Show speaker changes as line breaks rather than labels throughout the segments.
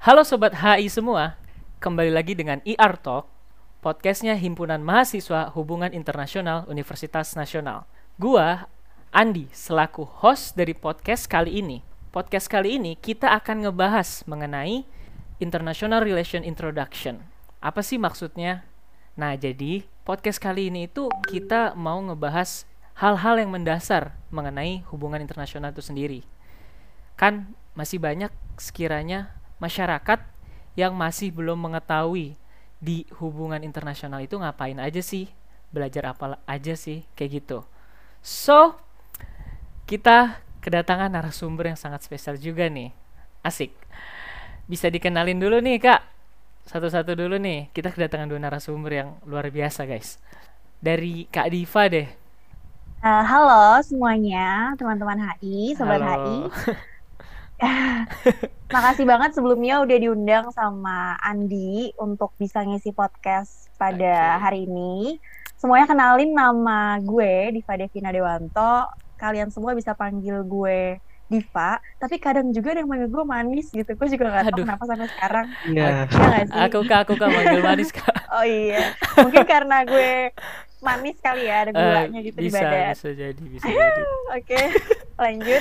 Halo Sobat HI semua, kembali lagi dengan IR Talk, podcastnya Himpunan Mahasiswa Hubungan Internasional Universitas Nasional. Gua, Andi, selaku host dari podcast kali ini. Podcast kali ini kita akan ngebahas mengenai International Relation Introduction. Apa sih maksudnya? Nah, jadi podcast kali ini itu kita mau ngebahas hal-hal yang mendasar mengenai hubungan internasional itu sendiri. Kan masih banyak sekiranya masyarakat yang masih belum mengetahui di hubungan internasional itu ngapain aja sih, belajar apa aja sih, kayak gitu. So, kita kedatangan narasumber yang sangat spesial juga nih. Asik. Bisa dikenalin dulu nih, Kak. Satu-satu dulu nih. Kita kedatangan dua narasumber yang luar biasa, guys. Dari Kak Diva deh.
Halo semuanya, teman-teman HI, Sobat
Halo.
HI. Makasih banget sebelumnya udah diundang sama Andi untuk bisa ngisi podcast pada
Oke.
hari ini. Semuanya kenalin nama gue, Diva Devina Dewanto. Kalian semua bisa panggil gue Diva, tapi kadang juga ada yang manggil gue Manis gitu. Gue juga gak tahu
Aduh.
kenapa sampai sekarang.
Ak-
Iya,
Ya gak sih?
aku Kak manggil manis, Kak.
Oh iya, mungkin karena gue manis kali ya, ada gulanya gitu di
Bisa,
badan.
bisa jadi.
Oke, lanjut.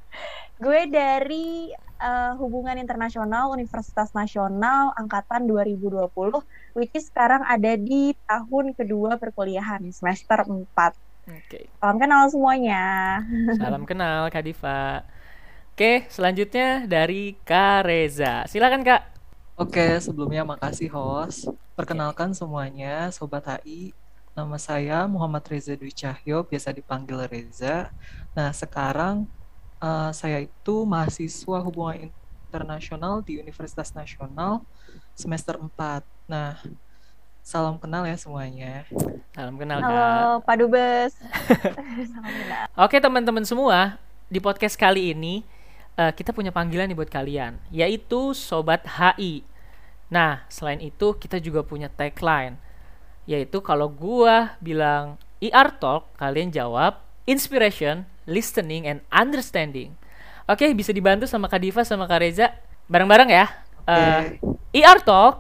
Gue dari Hubungan Internasional Universitas Nasional Angkatan 2020, which is sekarang ada di tahun kedua perkuliahan, semester 4.
Oke.
Salam kenal semuanya.
Salam kenal Kak Diva. Oke, selanjutnya dari Kak Reza. Silakan Kak.
oke, sebelumnya makasih host.
Oke.
Perkenalkan semuanya, Sobat HI. Nama saya Muhammad Reza Dwi Cahyo, biasa dipanggil Reza. Nah, sekarang saya itu mahasiswa hubungan internasional di Universitas Nasional semester 4. Nah, salam kenal ya semuanya.
Salam kenal Kak.
Halo Pak Dubes. Salam kenal.
Oke teman-teman semua, di podcast kali ini kita punya panggilan nih buat kalian, yaitu Sobat HI. Nah, selain itu kita juga punya tagline, yaitu kalau gua bilang ER Talk, kalian jawab Inspiration, Listening, and Understanding. Oke, bisa dibantu sama Kak Diva sama Kak Reza. Bareng-bareng ya.
Oke,
ER Talk,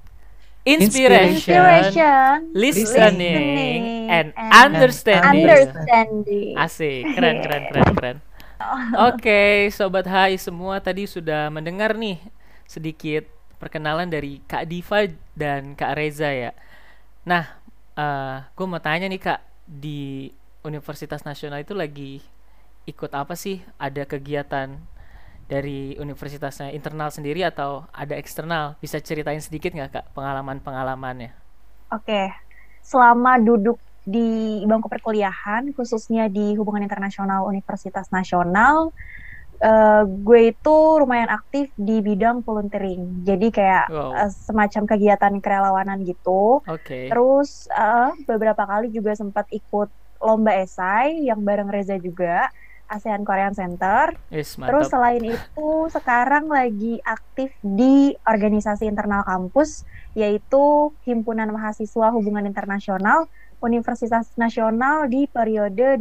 Inspiration,
Inspiration,
Listening, and
and
Understanding.
understanding.
Asik, keren. Oke, Sobat HI semua tadi sudah mendengar nih sedikit perkenalan dari Kak Diva dan Kak Reza ya. Nah, gue mau tanya nih Kak, di Universitas Nasional itu lagi ikut apa sih? Ada kegiatan dari universitasnya internal sendiri atau ada eksternal? Bisa ceritain sedikit nggak Kak pengalaman-pengalamannya?
Oke, selama duduk di bangku perkuliahan, khususnya di Hubungan Internasional Universitas Nasional, gue itu lumayan aktif di bidang volunteering. Jadi kayak
Wow,
semacam kegiatan kerelawanan gitu.
oke.
Terus beberapa kali juga sempat ikut lomba esai yang bareng Reza juga, ASEAN Korean Center.
Wis,
Terus
mantap.
selain itu sekarang lagi aktif di organisasi internal kampus, yaitu Himpunan Mahasiswa Hubungan Internasional Universitas Nasional di periode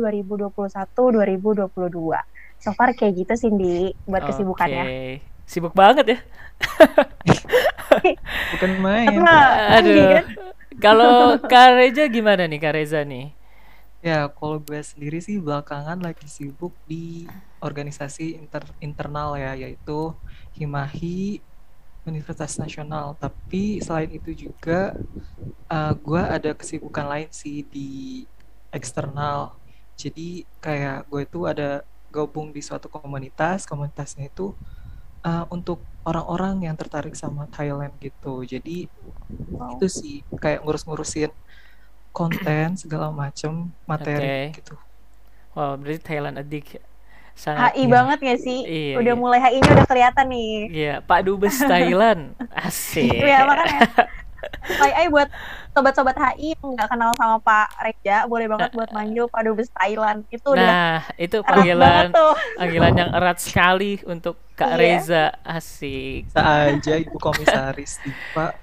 2021-2022. So far kayak gitu Cindy buat kesibukannya.
Oke. Sibuk banget ya.
bukan
Tapi
main.
mah iya
Aduh.
kan?
Kalau Kak Reza gimana nih Kak Reza nih?
Ya, kalau gue sendiri sih belakangan lagi sibuk di organisasi internal ya, yaitu Himahi Universitas Nasional. Tapi selain itu juga gue ada kesibukan lain sih di eksternal. Jadi kayak gue itu ada gabung di suatu komunitas. Komunitasnya itu untuk orang-orang yang tertarik sama Thailand gitu. Jadi
Wow.
itu sih kayak ngurus-ngurusin konten segala macam materi
Oke.
gitu.
Wow, berarti Thailand addict ya. Sangat.
HI
Iya.
banget gak sih?
Iya,
Udah
iya.
mulai HI-nya udah kelihatan nih.
Iya, Pak Dubes Thailand. Asik.
Ya makanya FYI buat sobat-sobat HI yang nggak kenal sama Pak Reja, boleh banget buat manggil Pak Dubes Thailand. Itu udah
Nah, itu
erat banget
panggilan
tuh.
panggilan yang erat sekali untuk Kak
Iya.
Reza. Asik.
Bisa aja Ibu Komisaris Diva.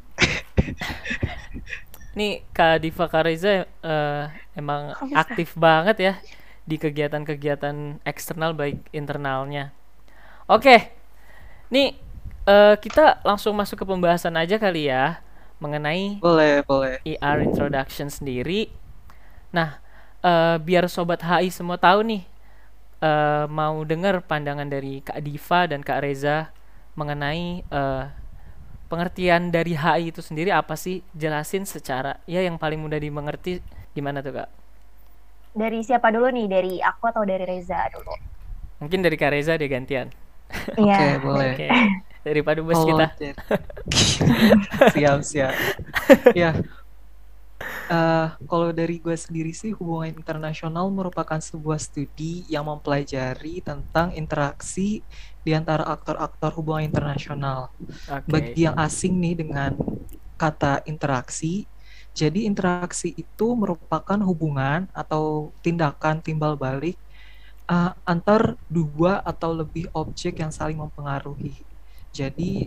Nih Kak Diva Kak Reza emang
Kok bisa?
aktif banget ya di kegiatan-kegiatan eksternal baik internalnya. Oke, nih Kita langsung masuk ke pembahasan aja kali ya mengenai
Boleh.
ER introduction sendiri. Nah, biar sobat HI semua tahu nih, mau dengar pandangan dari Kak Diva dan Kak Reza mengenai pengertian dari HI itu sendiri apa sih? Jelasin secara ya yang paling mudah dimengerti gimana tuh Kak?
Dari siapa dulu nih? Dari aku atau dari Reza dulu?
Mungkin dari Kak Reza deh gantian.
Oke,
Iya.
boleh.
Oke. Daripada bos
Kalau
kita.
dari- siap. Ya, kalau dari gue sendiri sih, hubungan internasional merupakan sebuah studi yang mempelajari tentang interaksi di antara aktor-aktor hubungan internasional.
Oke.
Bagi yang asing nih dengan kata interaksi, jadi interaksi itu merupakan hubungan atau tindakan timbal balik antar dua atau lebih objek yang saling mempengaruhi. Jadi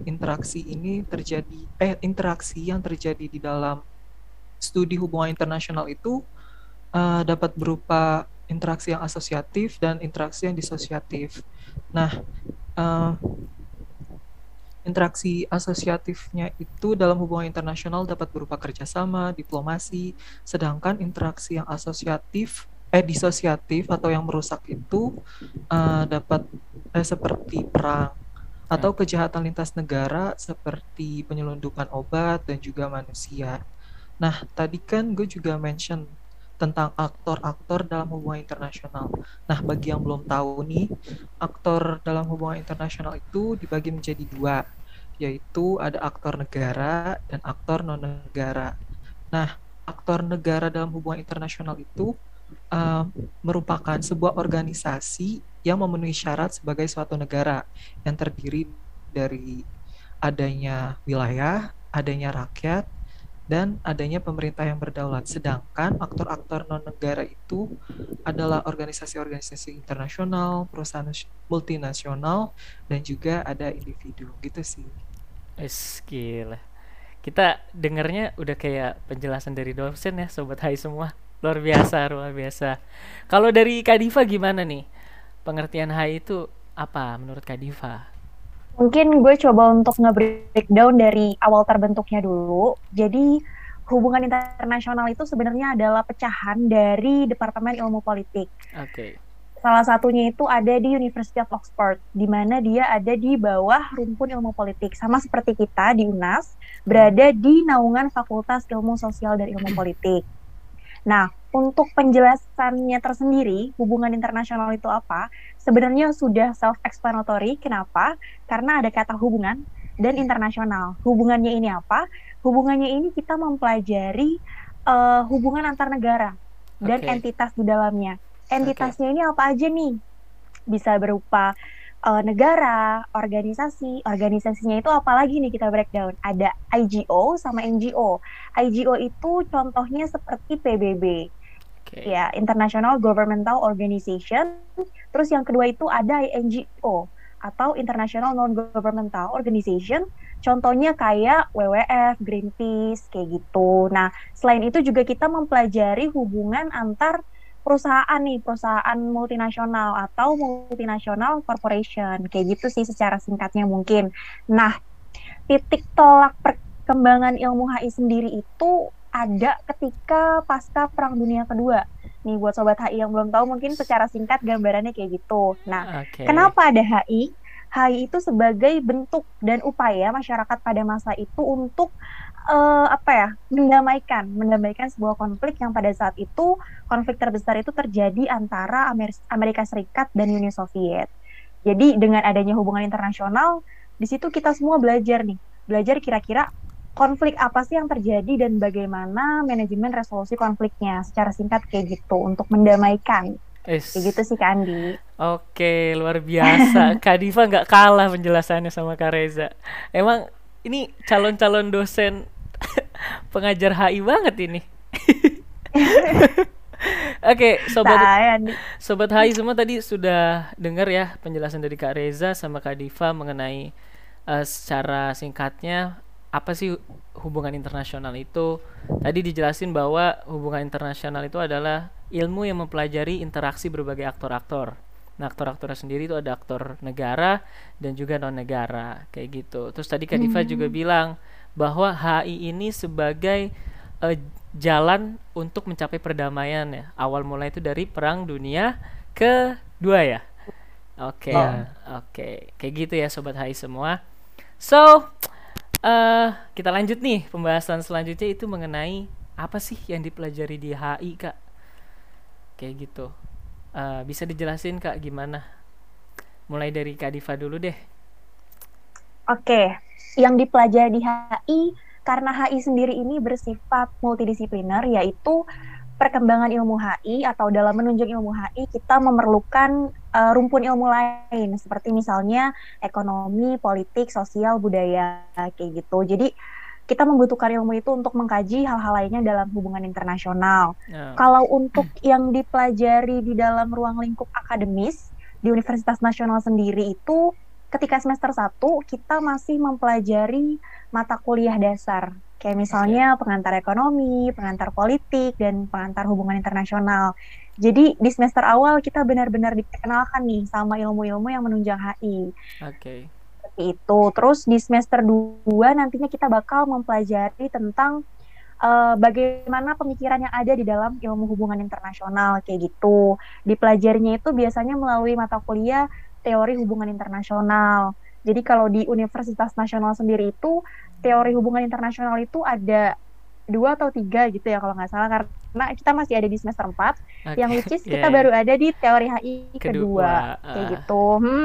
interaksi yang terjadi di dalam studi hubungan internasional itu dapat berupa interaksi yang asosiatif dan interaksi yang disosiatif. Nah, uh, interaksi asosiatifnya itu dalam hubungan internasional dapat berupa kerjasama, diplomasi, sedangkan interaksi yang disosiatif atau yang merusak itu dapat seperti perang atau kejahatan lintas negara seperti penyelundupan obat dan juga manusia. Nah, tadi kan gue juga mention tentang aktor-aktor dalam hubungan internasional. Nah, bagi yang belum tahu nih, aktor dalam hubungan internasional itu dibagi menjadi dua, yaitu ada aktor negara dan aktor non-negara. Nah, aktor negara dalam hubungan internasional itu merupakan sebuah organisasi yang memenuhi syarat sebagai suatu negara yang terdiri dari adanya wilayah, adanya rakyat, dan adanya pemerintah yang berdaulat. Sedangkan aktor-aktor non-negara itu adalah organisasi-organisasi internasional, perusahaan multinasional, dan juga ada individu. Gitu sih.
Gila. Kita dengarnya udah kayak penjelasan dari dosen ya, Sobat Hai semua. Luar biasa. Kalau dari Kak Diva gimana nih? Pengertian HI itu apa menurut Kak Diva?
Mungkin gue coba untuk nge-breakdown dari awal terbentuknya dulu. Jadi hubungan internasional itu sebenarnya adalah pecahan dari Departemen Ilmu Politik.
Oke.
Salah satunya itu ada di University of Oxford, di mana dia ada di bawah rumpun ilmu politik. Sama seperti kita di UNAS, berada di naungan Fakultas Ilmu Sosial dan Ilmu Politik. Nah, untuk penjelasannya tersendiri, hubungan internasional itu apa? Sebenarnya sudah self-explanatory. Kenapa? Karena ada kata hubungan dan internasional. Hubungannya ini apa? Hubungannya ini kita mempelajari hubungan antar negara dan entitas di dalamnya. Entitasnya ini apa aja nih? Bisa berupa negara, organisasinya itu apalagi nih kita breakdown. Ada IGO sama NGO. IGO itu contohnya seperti PBB, ya International Governmental Organization. Terus yang kedua itu ada NGO atau International Non-Governmental Organization. Contohnya kayak WWF, Greenpeace, kayak gitu. Nah, selain itu juga kita mempelajari hubungan antar perusahaan multinasional atau multinational corporation, kayak gitu sih secara singkatnya mungkin. Nah, titik tolak perkembangan ilmu HI sendiri itu ada ketika pasca Perang Dunia Kedua. Nih buat sobat HI yang belum tahu mungkin secara singkat gambarannya kayak gitu. Nah, kenapa ada HI? HI itu sebagai bentuk dan upaya masyarakat pada masa itu untuk mendamaikan sebuah konflik yang pada saat itu konflik terbesar itu terjadi antara Amerika Serikat dan Uni Soviet. Jadi dengan adanya hubungan internasional, di situ kita semua belajar kira-kira konflik apa sih yang terjadi dan bagaimana manajemen resolusi konfliknya. Secara singkat kayak gitu untuk mendamaikan. Kayak gitu sih Kak Andi.
Oke, luar biasa. Kak Diva nggak kalah penjelasannya sama Kak Reza. Emang ini calon-calon dosen pengajar HI banget ini. Oke, sobat HI semua tadi sudah dengar ya penjelasan dari Kak Reza sama Kak Diva mengenai secara singkatnya apa sih hubungan internasional itu. Tadi dijelasin bahwa hubungan internasional itu adalah ilmu yang mempelajari interaksi berbagai aktor-aktor Nah, aktor-aktornya sendiri itu ada aktor negara dan juga non negara kayak gitu. Terus tadi Kak Diva juga bilang bahwa HI ini sebagai eh, jalan untuk mencapai perdamaian ya. Awal mulai itu dari Perang Dunia Kedua ya. Oke,
Iya.
oke, kayak gitu ya Sobat HI semua. So, kita lanjut nih pembahasan selanjutnya itu mengenai apa sih yang dipelajari di HI Kak? Kayak gitu. Bisa dijelasin Kak gimana? Mulai dari Kak Diva dulu deh.
Oke, yang dipelajari di HI, karena HI sendiri ini bersifat multidisipliner, yaitu perkembangan ilmu HI atau dalam menunjang ilmu HI kita memerlukan rumpun ilmu lain seperti misalnya ekonomi, politik, sosial, budaya kayak gitu. Jadi kita membutuhkan ilmu itu untuk mengkaji hal-hal lainnya dalam hubungan internasional. Kalau untuk yang dipelajari di dalam ruang lingkup akademis di Universitas Nasional sendiri itu ketika semester 1 kita masih mempelajari mata kuliah dasar kayak misalnya pengantar ekonomi, pengantar politik, dan pengantar hubungan internasional. Jadi di semester awal kita benar-benar diperkenalkan nih sama ilmu-ilmu yang menunjang HI.
Oke.
Seperti itu. Terus di semester 2 nantinya kita bakal mempelajari tentang bagaimana pemikiran yang ada di dalam ilmu hubungan internasional kayak gitu. Dipelajarinya itu biasanya melalui mata kuliah teori hubungan internasional. Jadi kalau di Universitas Nasional sendiri itu teori hubungan internasional itu ada 2 atau 3 gitu ya kalau nggak salah, karena kita masih ada di semester 4 yang which is kita baru ada di teori HI kedua kayak gitu.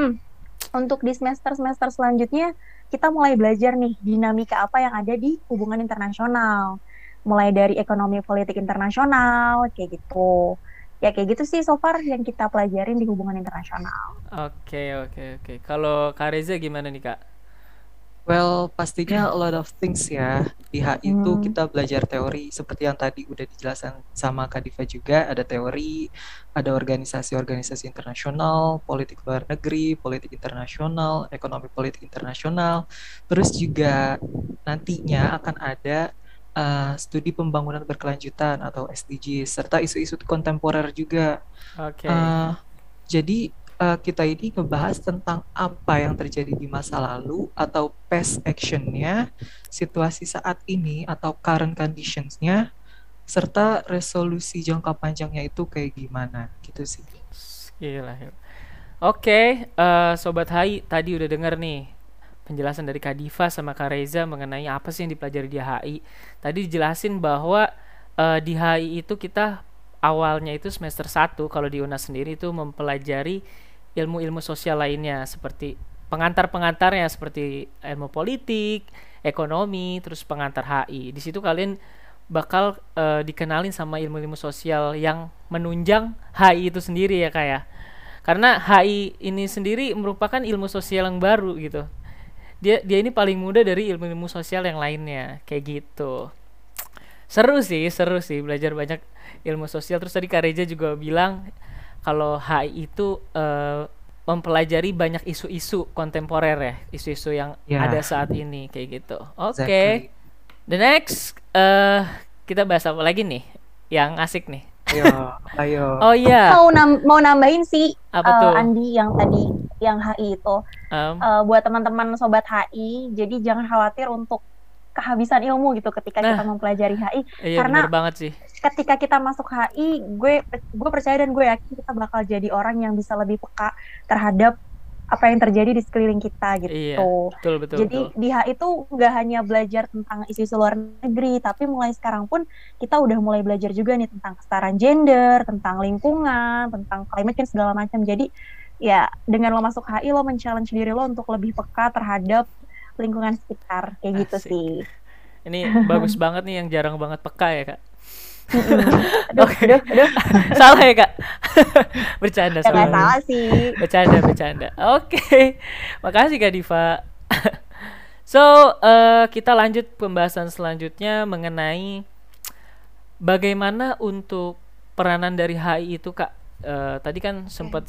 Untuk di semester-semester selanjutnya kita mulai belajar nih dinamika apa yang ada di hubungan internasional, mulai dari ekonomi politik internasional kayak gitu. Ya kayak gitu sih so far yang kita pelajarin di hubungan internasional.
Oke. Kalau Kak Reza gimana nih Kak?
Well, pastinya a lot of things ya. Di HI itu kita belajar teori seperti yang tadi udah dijelaskan sama Kak Diva juga. Ada teori, ada organisasi-organisasi internasional, politik luar negeri, politik internasional, ekonomi politik internasional. Terus juga nantinya akan ada studi pembangunan berkelanjutan atau SDGs, serta isu-isu kontemporer juga.
Oke.
Jadi kita ini ngebahas tentang apa yang terjadi di masa lalu atau past actionnya, situasi saat ini atau current conditionsnya, serta resolusi jangka panjangnya itu kayak gimana gitu sih.
Gila. Oke, Sobat HI tadi udah denger nih penjelasan dari Kak Diva sama Kak Reza mengenai apa sih yang dipelajari di HI. Tadi dijelasin bahwa di HI itu kita awalnya itu semester 1 kalau di UNAS sendiri itu mempelajari ilmu-ilmu sosial lainnya seperti pengantar-pengantarnya seperti ilmu politik, ekonomi, terus pengantar HI. Di situ kalian bakal dikenalin sama ilmu-ilmu sosial yang menunjang HI itu sendiri ya Kak ya. Karena HI ini sendiri merupakan ilmu sosial yang baru gitu. Dia ini paling muda dari ilmu-ilmu sosial yang lainnya kayak gitu. Seru sih belajar banyak ilmu sosial. Terus tadi Kak Reza juga bilang kalau HI itu mempelajari banyak isu-isu kontemporer ya, isu-isu yang ada saat ini kayak gitu. Oke. The next kita bahas apa lagi nih yang asik nih?
Ayo.
Oh iya.
Mau nambahin sih
apa
Andi yang tadi yang HI itu buat teman-teman sobat HI. Jadi jangan khawatir untuk kehabisan ilmu gitu ketika kita mempelajari HI.
Iya,
karena
bener banget sih.
Ketika kita masuk HI, gue percaya dan gue yakin kita bakal jadi orang yang bisa lebih peka terhadap apa yang terjadi di sekeliling kita gitu.
Iya, betul.
Jadi di HI itu nggak hanya belajar tentang isu-isu luar negeri, tapi mulai sekarang pun kita udah mulai belajar juga nih tentang kesetaraan gender, tentang lingkungan, tentang climate change segala macam. Jadi ya dengan lo masuk HI lo men-challenge diri lo untuk lebih peka terhadap lingkungan sekitar kayak gitu sih.
Ini bagus banget nih yang jarang banget peka ya Kak.
Aduh.
Salah ya Kak. Bercanda.
Nggak salah sih.
Bercanda. Oke. Makasih Kak Diva. So kita lanjut pembahasan selanjutnya mengenai bagaimana untuk peranan dari HI itu Kak. Tadi kan sempat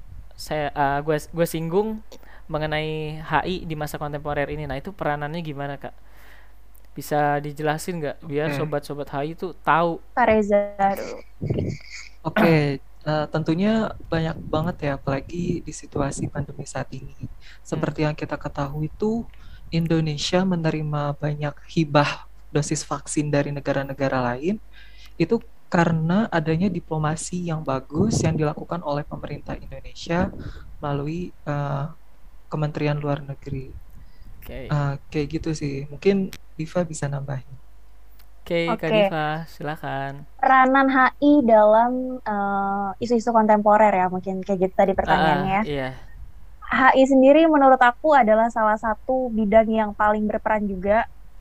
gue singgung mengenai HI di masa kontemporer ini. Nah itu peranannya gimana Kak? Bisa dijelasin nggak biar sobat-sobat HI itu tahu?
Kak Reza.
Oke, Tentunya banyak banget ya, apalagi di situasi pandemi saat ini. Seperti yang kita ketahui itu, Indonesia menerima banyak hibah dosis vaksin dari negara-negara lain, itu karena adanya diplomasi yang bagus yang dilakukan oleh pemerintah Indonesia melalui Kementerian Luar Negeri.
Oke.
Kayak gitu sih. Mungkin Diva bisa nambahin.
Oke, Kak
Oke.
Diva, silakan.
Peranan HI dalam isu-isu kontemporer ya, mungkin kayak gitu tadi pertanyaannya ya.
Iya.
HI sendiri menurut aku adalah salah satu bidang yang paling berperan juga,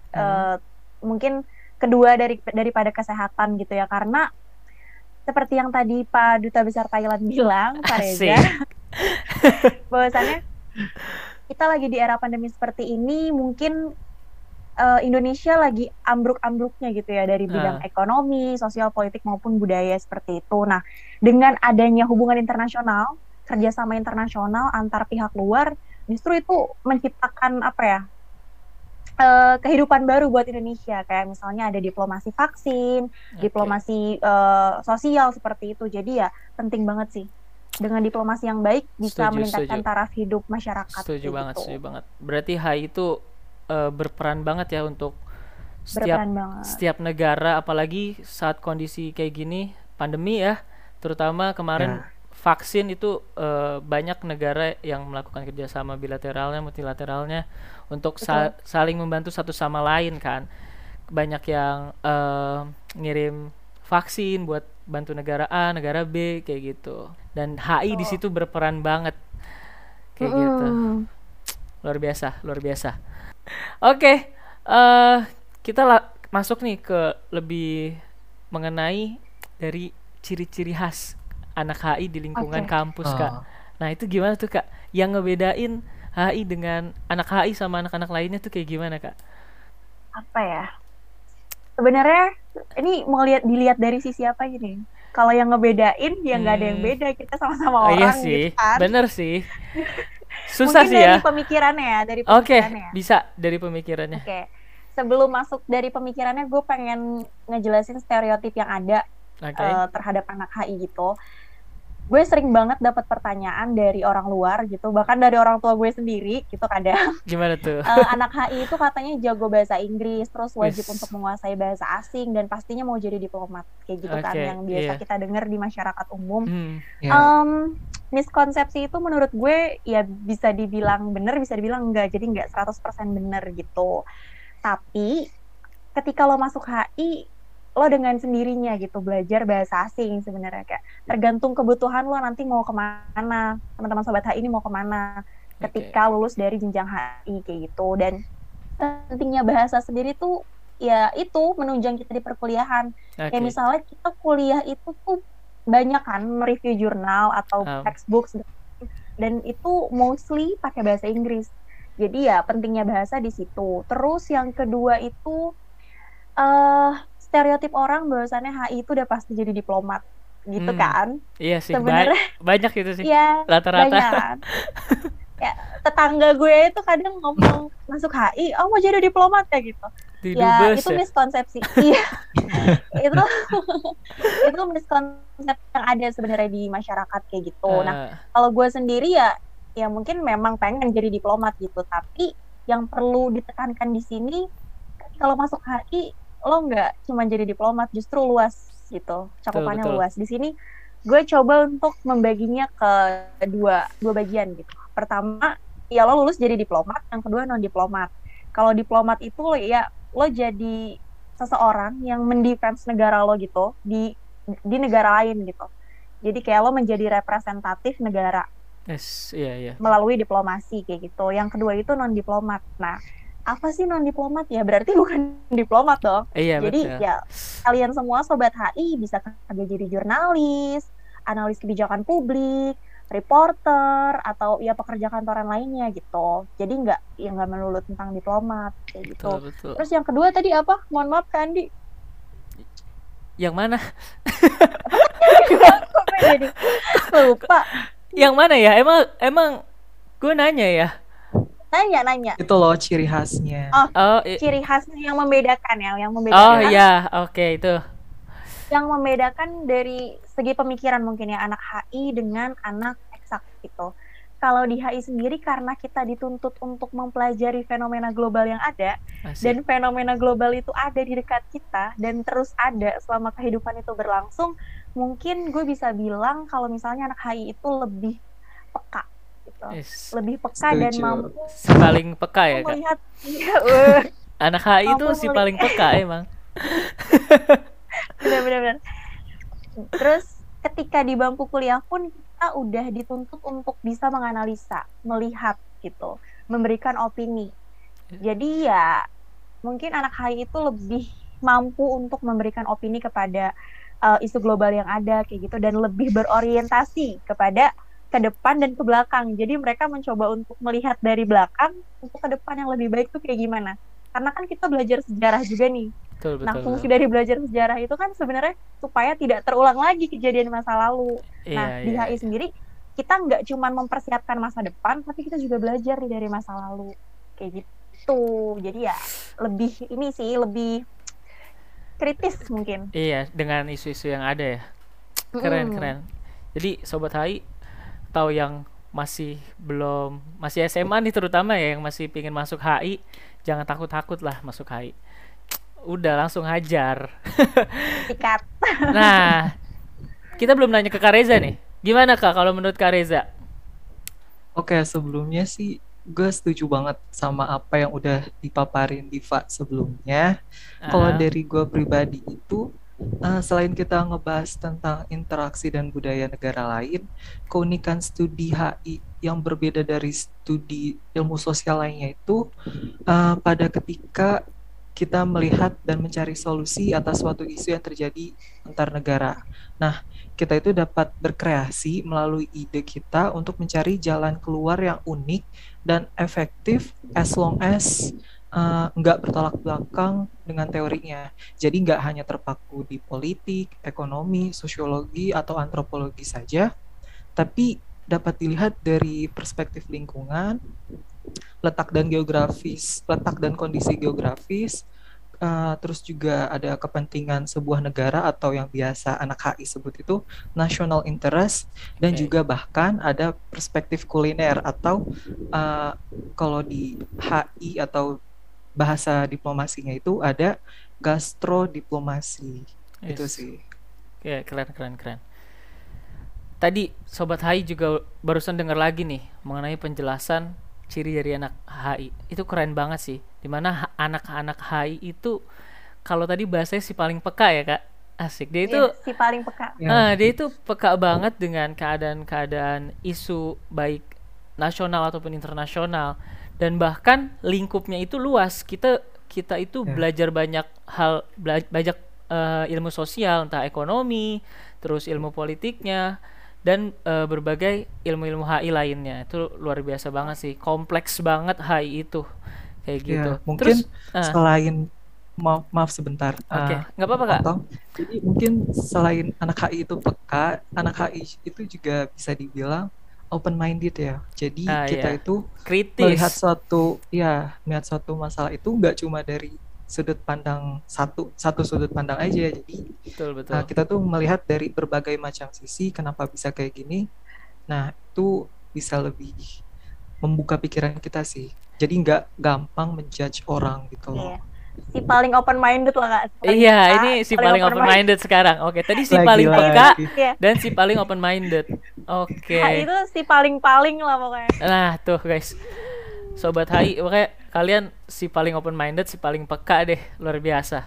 mungkin kedua daripada kesehatan gitu ya, karena seperti yang tadi Pak Duta Besar Thailand bilang, Pak Reza,
Asik.
bahwasannya kita lagi di era pandemi seperti ini, mungkin Indonesia lagi ambruk-ambruknya gitu ya, dari bidang ekonomi, sosial, politik maupun budaya seperti itu. Nah, dengan adanya hubungan internasional, kerjasama internasional antar pihak luar, justru itu menciptakan apa ya, kehidupan baru buat Indonesia, kayak misalnya ada diplomasi vaksin, diplomasi sosial seperti itu. Jadi ya penting banget sih. Dengan diplomasi yang baik bisa meningkatkan taraf hidup masyarakat.
Setuju banget. Berarti HI itu berperan banget ya untuk setiap negara, apalagi saat kondisi kayak gini, pandemi ya, terutama kemarin vaksin itu banyak negara yang melakukan kerjasama bilateralnya, multilateralnya untuk saling membantu satu sama lain kan. Banyak yang ngirim vaksin buat bantu negara A, negara B kayak gitu. Dan HI di situ berperan banget kayak gitu. Luar biasa. Oke, kita masuk nih ke lebih mengenai dari ciri-ciri khas anak HI di lingkungan kampus, Kak. Nah, itu gimana tuh, Kak? Yang ngebedain HI dengan anak HI sama anak-anak lainnya tuh kayak gimana, Kak?
Apa ya? Sebenarnya ini mau dilihat dari sisi apa gini? Kalau yang ngebedain ya nggak ada yang beda, kita sama-sama orang.
Iya sih,
gitu kan?
Bener sih. Susah
mungkin
sih ya.
Dari pemikirannya ya,
Oke, bisa dari pemikirannya.
Oke. Sebelum masuk dari pemikirannya, gue pengen ngejelasin stereotip yang ada terhadap anak HI gitu. Gue sering banget dapat pertanyaan dari orang luar gitu, bahkan dari orang tua gue sendiri gitu kadang.
Gimana tuh?
Anak HI itu katanya jago bahasa Inggris, terus wajib untuk menguasai bahasa asing, dan pastinya mau jadi diplomat kayak gitu kan, yang biasa kita dengar di masyarakat umum. Miskonsepsi itu menurut gue ya bisa dibilang benar, bisa dibilang enggak, jadi enggak 100% benar gitu. Tapi ketika lo masuk HI, lo dengan sendirinya gitu belajar bahasa asing sebenarnya, kayak tergantung kebutuhan lo nanti mau kemana, teman-teman sobat HI ini mau kemana ketika lulus dari jenjang HI kayak gitu. Dan pentingnya bahasa sendiri tuh ya itu menunjang kita di perkuliahan. Kayak misalnya kita kuliah itu tuh banyak kan mereview jurnal atau textbooks, dan itu mostly pakai bahasa Inggris. Jadi ya pentingnya bahasa di situ. Terus yang kedua itu stereotip orang bahwasannya HI itu udah pasti jadi diplomat gitu kan.
Iya sih,
sebenarnya
banyak gitu sih.
Iya,
rata-rata.
Banyak. Ya, tetangga gue itu kadang ngomong masuk HI, oh mau jadi diplomat kayak gitu. Ya itu miskonsepsi. Iya. itu miskonsepsi yang ada sebenarnya di masyarakat kayak gitu. Nah, kalau gue sendiri ya mungkin memang pengen jadi diplomat gitu, tapi yang perlu ditekankan di sini, kalau masuk HI lo nggak cuma jadi diplomat, justru luas gitu, cakupannya luas. Di sini gue coba untuk membaginya ke dua bagian gitu. Pertama, ya lo lulus jadi diplomat, yang kedua non diplomat. Kalau diplomat itu ya lo jadi seseorang yang mendefense negara lo gitu di negara lain gitu. Jadi kayak lo menjadi representatif negara. Melalui diplomasi kayak gitu. Yang kedua itu non diplomat. Nah, apa sih non diplomat ya? Berarti bukan diplomat dong. Jadi betul. Ya kalian semua sobat HI bisa kerja jadi jurnalis, analis kebijakan publik, reporter, atau ya pekerja kantoran lainnya gitu. Jadi nggak melulu tentang diplomat kayak gitu. Betul. Terus yang kedua tadi apa? Mohon maaf Kak Andi.
Yang mana?
Jadi lupa.
Yang mana ya? Emang gue nanya ya.
Nanya.
Itu loh ciri khasnya.
Ciri khasnya yang membedakan ya,
Oh iya, oke itu.
yang membedakan dari segi pemikiran mungkin ya anak HI dengan anak eksak gitu. Kalau di HI sendiri karena kita dituntut untuk mempelajari fenomena global yang ada
Asik.
dan fenomena global itu ada di dekat kita dan terus ada selama kehidupan itu berlangsung, mungkin gue bisa bilang kalau misalnya anak HI itu lebih peka gitu.
Yes.
Lebih peka dan
Setuju.
mampu
Si paling peka ya, Kak.
melihat iya,
Anak HI itu
mampu
si paling peka emang.
benar-benar. Terus ketika di bangku kuliah pun kita udah dituntut untuk bisa menganalisa, melihat gitu, memberikan opini. Jadi ya mungkin anak HI itu lebih mampu untuk memberikan opini kepada isu global yang ada kayak gitu dan lebih berorientasi kepada ke depan dan ke belakang. Jadi mereka mencoba untuk melihat dari belakang untuk ke depan yang lebih baik tuh kayak gimana. Karena kan kita belajar sejarah juga nih.
Betul,
Nah,
betul,
fungsi
betul.
dari belajar sejarah itu kan sebenarnya supaya tidak terulang lagi kejadian masa lalu.
Iya,
Nah, di
iya,
HI
iya.
sendiri kita nggak cuma mempersiapkan masa depan, tapi kita juga belajar nih dari masa lalu. Kayak gitu. Jadi ya lebih ini sih, lebih kritis mungkin.
Iya, dengan isu-isu yang ada ya. Keren,
Mm-mm.
keren. Jadi Sobat HI, tahu yang masih SMA nih terutama ya, yang masih pingin masuk HI, jangan takut-takut lah masuk HI. Udah langsung hajar.
Sikat.
Nah, kita belum nanya ke Kak Reza nih. Gimana Kak kalau menurut Kak Reza?
Oke, sebelumnya sih gue setuju banget sama apa yang udah dipaparin Diva sebelumnya. Kalau
Ah,
dari gue pribadi itu, selain kita ngebahas tentang interaksi dan budaya negara lain, keunikan studi HI yang berbeda dari studi ilmu sosial lainnya itu pada ketika kita melihat dan mencari solusi atas suatu isu yang terjadi antar negara. Nah, kita itu dapat berkreasi melalui ide kita untuk mencari jalan keluar yang unik dan efektif as long as nggak bertolak belakang dengan teorinya. Jadi nggak hanya terpaku di politik, ekonomi, sosiologi, atau antropologi saja, tapi dapat dilihat dari perspektif lingkungan, letak dan kondisi geografis, terus juga ada kepentingan sebuah negara atau yang biasa anak HI sebut itu national interest, dan
oke.
juga bahkan ada perspektif kuliner atau kalau di HI atau bahasa diplomasinya itu ada gastrodiplomasi. Itu
Yes.
sih.
Oke, keren, keren, keren. Tadi Sobat HI juga barusan dengar lagi nih mengenai penjelasan ciri dari anak HI. Itu keren banget sih. Dimana anak-anak HI itu kalau tadi bahasanya si paling peka ya Kak. Asik.
Iya, si paling peka.
Ya,
Dia itu peka banget dengan keadaan-keadaan isu baik nasional ataupun internasional, dan bahkan lingkupnya itu luas. Kita kita itu
ya,
belajar banyak hal, banyak ilmu sosial, entah ekonomi, terus ilmu politiknya, dan berbagai ilmu-ilmu HI lainnya. Itu luar biasa banget sih. Kompleks banget HI itu. Kayak gitu.
ya. Mungkin
Terus
selain maaf sebentar,
oke, nggak apa-apa Kak.
potong. Jadi mungkin selain anak HI itu peka, anak HI itu juga bisa dibilang open minded ya. Jadi kita
Iya.
itu melihat
Kritis.
melihat suatu masalah itu nggak cuma dari sudut pandang satu sudut pandang aja. Jadi
Betul, betul.
kita tuh melihat dari berbagai macam sisi kenapa bisa kayak gini. Nah, itu bisa lebih membuka pikiran kita sih. Jadi nggak gampang menjudge orang gitu
Iya.
loh.
Si paling open minded lah Kak. Si paling
Iya,
peka,
ini si paling open minded sekarang. Oke, tadi si paling peka
Lagi-lagi.
Iya.
dan si paling open minded. Oke.
HI itu si paling-paling lah pokoknya.
Nah, tuh guys. Sobat HI, oke, kalian si paling open minded, si paling peka deh, luar biasa.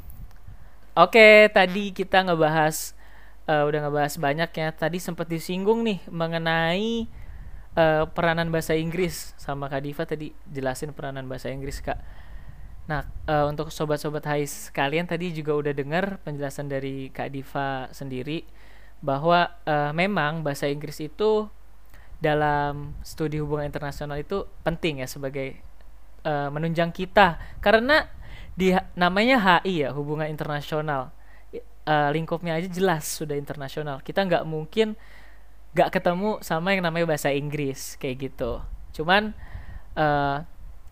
Oke, tadi kita udah ngebahas banyak ya. Tadi sempat disinggung nih mengenai peranan bahasa Inggris, sama Kak Diva tadi jelasin peranan bahasa Inggris, Kak. Nah, untuk sobat-sobat HI sekalian, tadi juga udah dengar penjelasan dari Kak Diva sendiri bahwa memang bahasa Inggris itu dalam studi hubungan internasional itu penting ya, sebagai menunjang kita, karena namanya HI ya, hubungan internasional. Lingkupnya aja jelas sudah internasional. Kita nggak mungkin nggak ketemu sama yang namanya bahasa Inggris kayak gitu. Cuman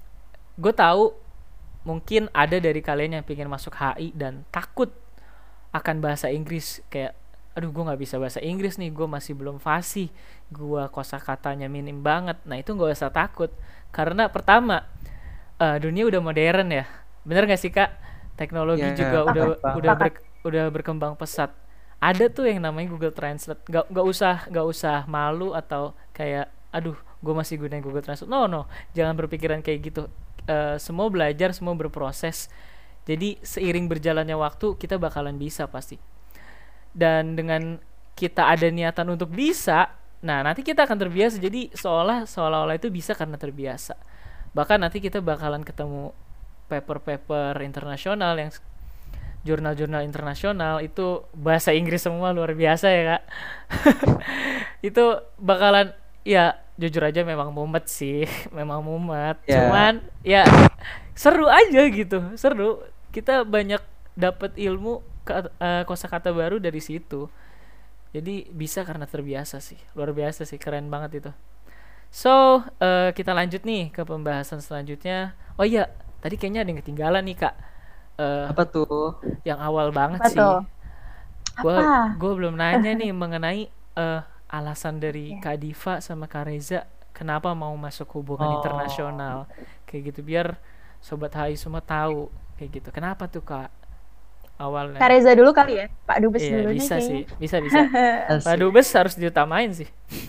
gue tahu mungkin ada dari kalian yang pengen masuk HI dan takut akan bahasa Inggris, kayak aduh gue nggak bisa bahasa Inggris nih, gue masih belum fasih, gue kosakatanya minim banget. Nah itu nggak usah takut, karena pertama dunia udah modern ya, bener nggak sih kak? Teknologi juga
Ya, benar banget.
udah berkembang pesat. Ada tuh yang namanya Google Translate. Nggak usah malu atau kayak aduh gue masih gunain Google Translate. No no, jangan berpikiran kayak gitu. Semua belajar, semua berproses. Jadi seiring berjalannya waktu kita bakalan bisa pasti. Dan dengan kita ada niatan untuk bisa, nah nanti kita akan terbiasa. Jadi seolah-olah itu bisa karena terbiasa. Bahkan nanti kita bakalan ketemu paper-paper internasional, yang jurnal-jurnal internasional itu bahasa Inggris semua, luar biasa ya kak. Itu bakalan, ya jujur aja memang mumet sih, memang mumet,
Ya,
cuman ya seru aja gitu, seru, kita banyak dapat ilmu, kosakata baru dari situ. Jadi bisa karena terbiasa sih, luar biasa sih, keren banget itu. So, kita lanjut nih ke pembahasan selanjutnya. Oh iya, tadi kayaknya ada yang ketinggalan nih kak. Eh,
apa tuh?
yang awal banget
Apa
sih.
tuh? Apa?
Gue belum nanya nih mengenai alasan dari
Ya.
Kak Diva sama Kak Reza kenapa mau masuk hubungan
Oh,
internasional kayak gitu, biar sobat HI semua tahu kayak gitu. Kenapa tuh Kak
Kak
awalnya?
Reza dulu kali ya? Pak Dubes
Iya
dulu nih
bisa
kayaknya.
sih, bisa. Pak
asik.
Dubes harus diutamain sih.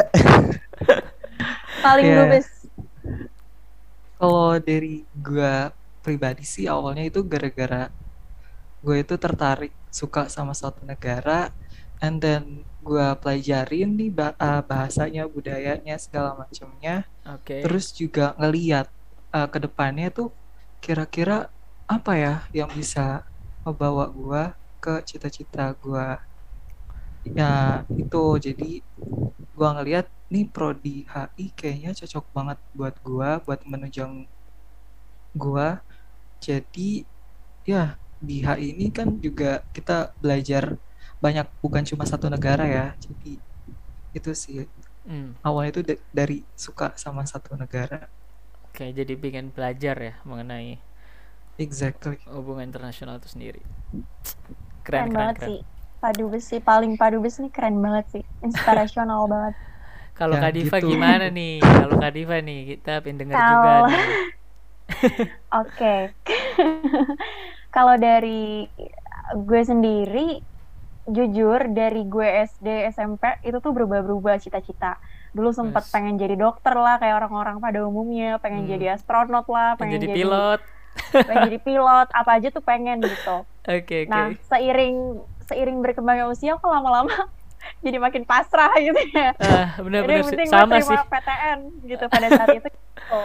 Paling
Ya,
Dubes.
kalau dari gue pribadi sih awalnya itu gara-gara gue itu tertarik suka sama suatu negara, and then gue pelajarin nih bahasanya, budayanya, segala macamnya.
Oke.
Terus juga ngeliat ke depannya tuh kira-kira apa ya yang bisa membawa gue ke cita-cita gue. Ya itu jadi gue ngeliat nih prodi HI kayaknya cocok banget buat gue, buat menunjang gue. Jadi ya di HI ini kan juga kita belajar banyak, bukan cuma satu negara ya. Jadi itu sih
Hmm.
awalnya itu dari suka sama satu negara.
Oke, jadi pengen belajar ya mengenai
Exactly.
hubungan internasional itu sendiri. Keren
Keren
keren
banget
keren.
sih. Pak Dubes sih, paling Pak Dubes nih keren banget sih. Inspirational banget.
Kalau
Ya
Kak Diva
gitu.
gimana nih? Kalau Kak Diva nih, kita pengen denger juga
Kalau,
nih.
oke. Kalau dari gue sendiri, jujur dari gue SD, SMP, itu tuh berubah-berubah cita-cita. Dulu sempet
Wes.
pengen jadi dokter lah, kayak orang-orang pada umumnya. Pengen
Hmm,
jadi astronot lah,
pengen jadi pilot.
pengen jadi pilot, apa aja tuh pengen gitu.
Oke oke.
Nah, seiring seiring berkembangnya usia, kok lama-lama jadi makin pasrah gitu ya. Jadi
Bener-bener
yang
sih,
penting gue
sama sih.
terima PTN gitu pada saat itu. Gitu.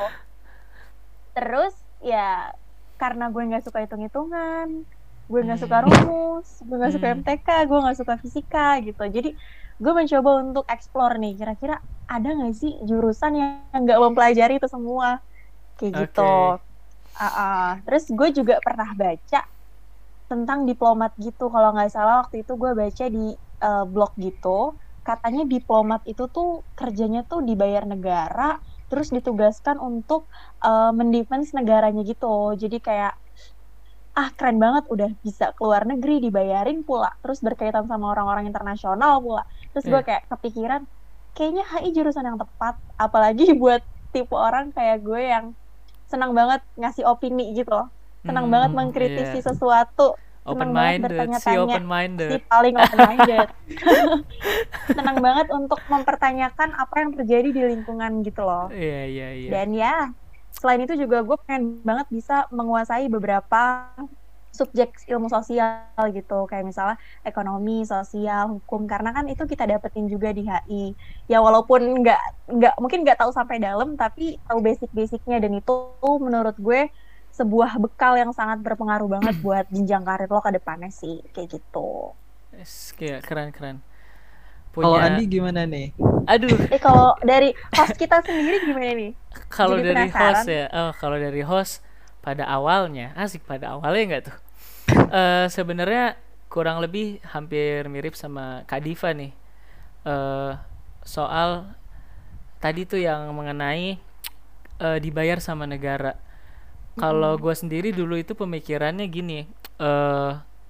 Terus ya karena gue nggak suka hitung-hitungan, gue nggak suka
Hmm,
rumus, gue nggak suka
hmm,
MTK, gue nggak suka fisika gitu. Jadi gue mencoba untuk explore nih, kira-kira ada nggak sih jurusan yang nggak mempelajari itu semua kayak gitu.
oke.
Terus gue juga pernah baca tentang diplomat gitu. Kalau nggak salah waktu itu gue baca di blog gitu, katanya diplomat itu tuh kerjanya tuh dibayar negara, terus ditugaskan untuk mendefense negaranya gitu. Jadi kayak keren banget, udah bisa keluar negeri dibayarin pula, terus berkaitan sama orang-orang internasional pula. Terus gue
Iya.
kayak kepikiran, kayaknya HI jurusan yang tepat, apalagi buat tipe orang kayak gue yang senang banget ngasih opini gitu loh. Senang banget
Iya.
mengkritisi sesuatu,
Open
senang banget
minded, si
bertanya-tanya,
open
si
minded.
paling open-minded. Senang banget untuk mempertanyakan apa yang terjadi di lingkungan gitu loh.
Iya iya iya.
Dan ya, selain itu juga gue pengen banget bisa menguasai beberapa subjek ilmu sosial gitu, kayak misalnya ekonomi, sosial, hukum, karena kan itu kita dapetin juga di HI. Ya walaupun nggak mungkin nggak tahu sampai dalam, tapi tahu basic-basicnya, dan itu menurut gue sebuah bekal yang sangat berpengaruh banget buat jenjang karir lo ke depannya sih, kayak gitu.
Yes, kayak keren keren.
Kalau
Punya,
Andi gimana nih?
aduh,
Kalau dari host kita sendiri gimana nih?
kalau
Jadi
dari host
penasaran.
ya, kalau dari host pada awalnya, asik pada awalnya nggak tuh? Sebenarnya kurang lebih hampir mirip sama Kak Diva nih. eh Soal tadi tuh yang mengenai dibayar sama negara. Kalau
Mm-mm.
gue sendiri dulu itu pemikirannya gini, eh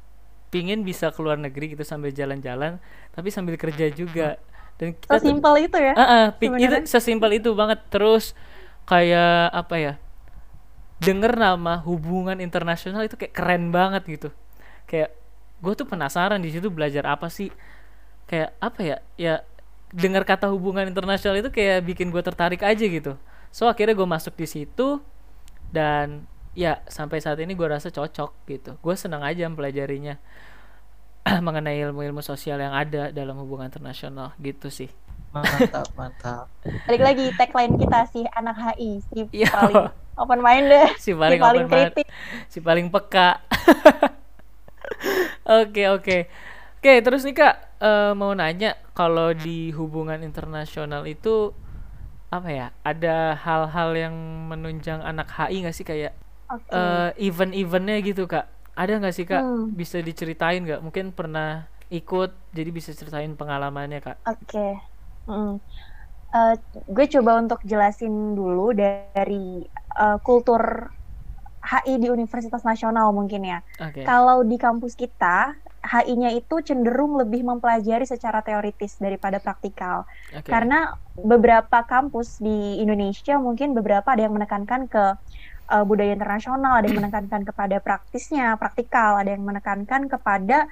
pingin bisa keluar negeri gitu sambil jalan-jalan tapi sambil kerja juga. Dan kita tuh
Sesimpel itu ya
itu
sebenarnya.
sesimpel itu banget. Terus kayak apa ya, denger nama hubungan internasional itu kayak keren banget gitu. Kayak gue tuh penasaran di situ belajar apa sih, kayak apa ya, ya dengar kata hubungan internasional itu kayak bikin gue tertarik aja gitu. So akhirnya gue masuk di situ, dan ya sampai saat ini gue rasa cocok gitu. Gue senang aja mempelajarinya mengenai ilmu-ilmu sosial yang ada dalam hubungan internasional gitu sih.
Mantap, mantap.
Balik lagi tagline kita sih anak HI si
Iya.
paling open minded,
Si
si
paling
paling
open mind,
kritis.
si paling peka. Oke, oke. Oke, terus nih Kak, mau nanya, kalau di hubungan internasional itu apa ya? Ada hal-hal yang menunjang anak HI nggak sih, kayak
Oke.
event-eventnya gitu Kak? Ada nggak sih Kak?
Hmm.
Bisa diceritain nggak? Mungkin pernah ikut, jadi bisa ceritain pengalamannya Kak.
Oke. Mm. Eh, gue coba untuk jelasin dulu dari kultur HI di Universitas Nasional mungkin ya.
Oke,
Kalau di kampus kita, HI-nya itu cenderung lebih mempelajari secara teoritis daripada praktikal.
oke.
Karena beberapa kampus di Indonesia mungkin beberapa ada yang menekankan ke budaya internasional, ada yang menekankan kepada praktisnya, praktikal, ada yang menekankan kepada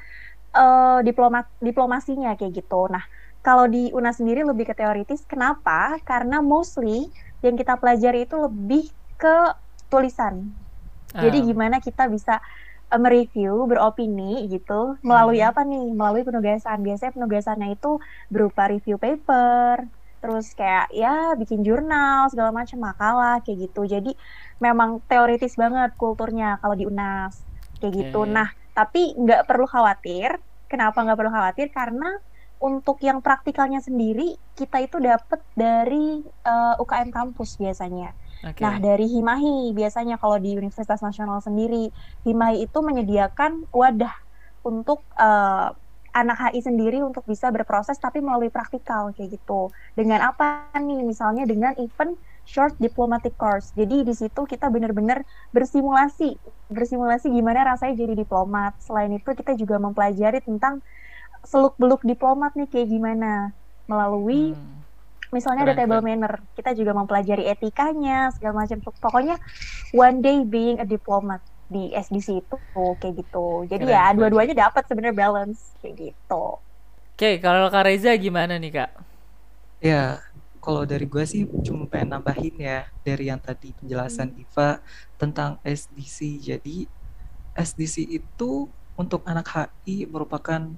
diplomasinya kayak gitu. Nah, kalau di UNAS sendiri lebih ke teoritis. Kenapa? Karena mostly yang kita pelajari itu lebih ke tulisan. Jadi gimana kita bisa mereview, beropini gitu melalui apa nih? Melalui penugasan. Biasanya penugasannya itu berupa review paper, terus kayak ya bikin jurnal, segala macam makalah kayak gitu. Jadi memang teoritis banget kulturnya kalau di UNAS kayak gitu.
Oke.
Nah, tapi nggak perlu khawatir. Kenapa nggak perlu khawatir? Karena untuk yang praktikalnya sendiri kita itu dapat dari UKM kampus biasanya.
Oke.
Nah, dari Himahi biasanya kalau di Universitas Nasional sendiri, Himahi itu menyediakan wadah untuk anak HI sendiri untuk bisa berproses tapi melalui praktikal kayak gitu. Dengan apa nih? Misalnya dengan event short diplomatic course. Jadi di situ kita benar-benar bersimulasi gimana rasanya jadi diplomat. Selain itu kita juga mempelajari tentang seluk-beluk diplomat nih kayak gimana melalui misalnya ada
Keren,
table
keren.
manner, kita juga mempelajari etikanya segala macam. Pokoknya one day being a diplomat di SDC itu kayak gitu. Jadi
Keren,
ya
keren.
dua-duanya dapat sebenarnya balance kayak gitu.
Oke, kalau Kak Reza gimana nih Kak?
Ya, kalau dari gue sih cuma pengen nambahin ya dari yang tadi penjelasan Iva tentang SDC. Jadi SDC itu untuk anak HI merupakan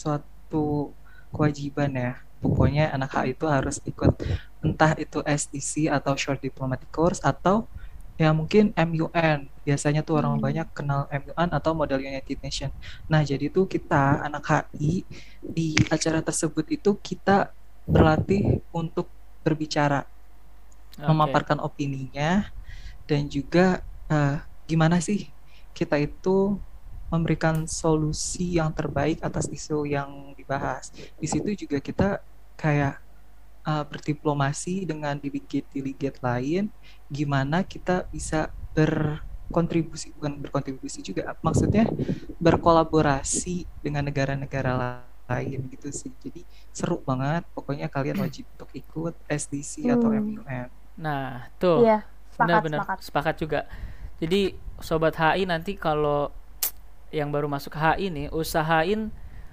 suatu kewajiban ya. Pokoknya anak HI itu harus ikut entah itu SDC atau Short Diplomatic Course atau ya mungkin MUN. Biasanya tuh orang banyak kenal MUN atau Model United Nation. Nah, jadi tuh kita anak HI di acara tersebut itu kita berlatih untuk berbicara,
Oke.
memaparkan opininya, dan juga gimana sih kita itu memberikan solusi yang terbaik atas isu yang dibahas. Di situ juga kita kayak berdiplomasi dengan delegate-delegate lain, gimana kita bisa berkontribusi, bukan berkontribusi juga, maksudnya berkolaborasi dengan negara-negara lain gitu sih. Jadi seru banget, pokoknya kalian wajib untuk ikut SDC atau MUN.
Nah, tuh.
Iya,
Benar-benar
sepakat.
sepakat juga. Jadi sobat HI nanti kalau yang baru masuk HI nih, usahain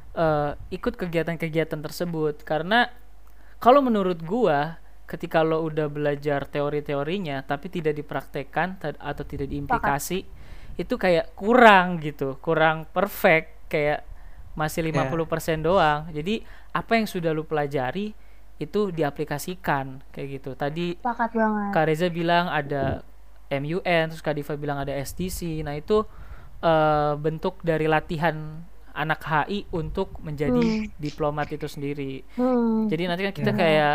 ikut kegiatan-kegiatan tersebut, karena kalau menurut gua ketika lo udah belajar teori-teorinya tapi tidak dipraktekkan atau tidak diimplikasi, itu kayak kurang gitu, kurang perfect, kayak masih 50% doang. Jadi apa yang sudah lo pelajari itu diaplikasikan kayak gitu. Tadi
Sepakat banget.
Kak Reza bilang ada MUN, terus Kak Diva bilang ada SDC. Nah itu bentuk dari latihan anak HI untuk menjadi diplomat itu sendiri. Jadi nanti kan kita kayak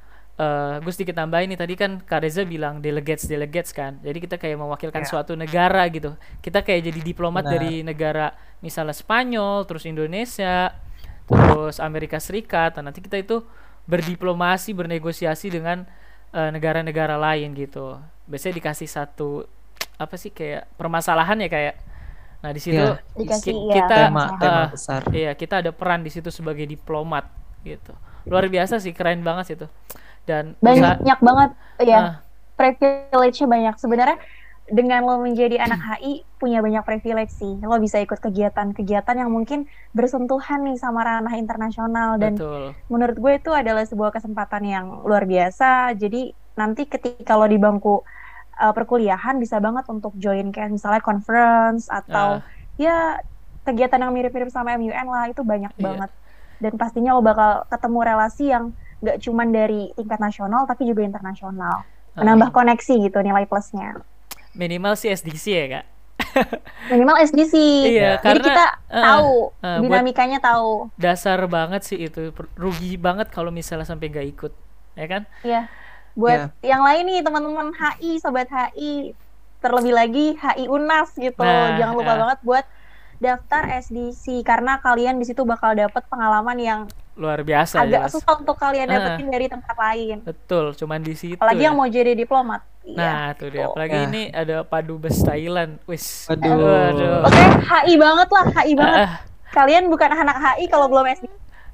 gue sedikit tambahin nih, tadi kan Kak Reza bilang delegates kan. Jadi kita kayak mewakilkan suatu negara gitu. Kita kayak jadi diplomat dari negara misalnya Spanyol, terus Indonesia, terus Amerika Serikat. Nah, nanti kita itu berdiplomasi, bernegosiasi dengan negara-negara lain gitu. Biasanya dikasih satu apa sih kayak permasalahan ya, kayak Nah, di situ
Ya,
Dikasih
kita
tema besar.
iya, kita ada peran di situ sebagai diplomat gitu. Luar biasa sih, keren banget sih itu. Dan
banyak banget ya,
ah,
privilege-nya banyak. Sebenarnya dengan lo menjadi anak HI punya banyak privilege sih. Lo bisa ikut kegiatan-kegiatan yang mungkin bersentuhan nih sama ranah internasional, dan
betul.
menurut gue itu adalah sebuah kesempatan yang luar biasa. Jadi nanti ketika lo di bangku perkuliahan bisa banget untuk join kayak misalnya conference atau
Ah,
ya kegiatan yang mirip-mirip sama MUN lah, itu banyak
iya.
banget. Dan pastinya lo bakal ketemu relasi yang gak cuman dari tingkat nasional tapi juga internasional. Menambah koneksi gitu, nilai plusnya.
Minimal sih SDC ya, Kak.
Minimal SDC.
Iya,
Jadi
karena
kita tahu
buat
dinamikanya, tahu.
dasar banget sih itu. Rugi banget kalau misalnya sampai nggak ikut, ya kan?
Ya, buat yang lain nih teman-teman HI, sobat HI, terlebih lagi HI UNAS gitu.
Nah,
Jangan lupa banget buat daftar SDC karena kalian di situ bakal dapet pengalaman yang
luar biasa
agak
jelas.
susah untuk kalian dapetin dari tempat lain.
Betul, cuman di situ
Apalagi
ya.
yang mau jadi diplomat.
Nah,
Iya.
tuh dia. Apalagi ini ada Padubes Thailand. Wis.
Waduh.
Oke, HI banget lah, HI banget. Kalian bukan anak HI kalau belum SDC.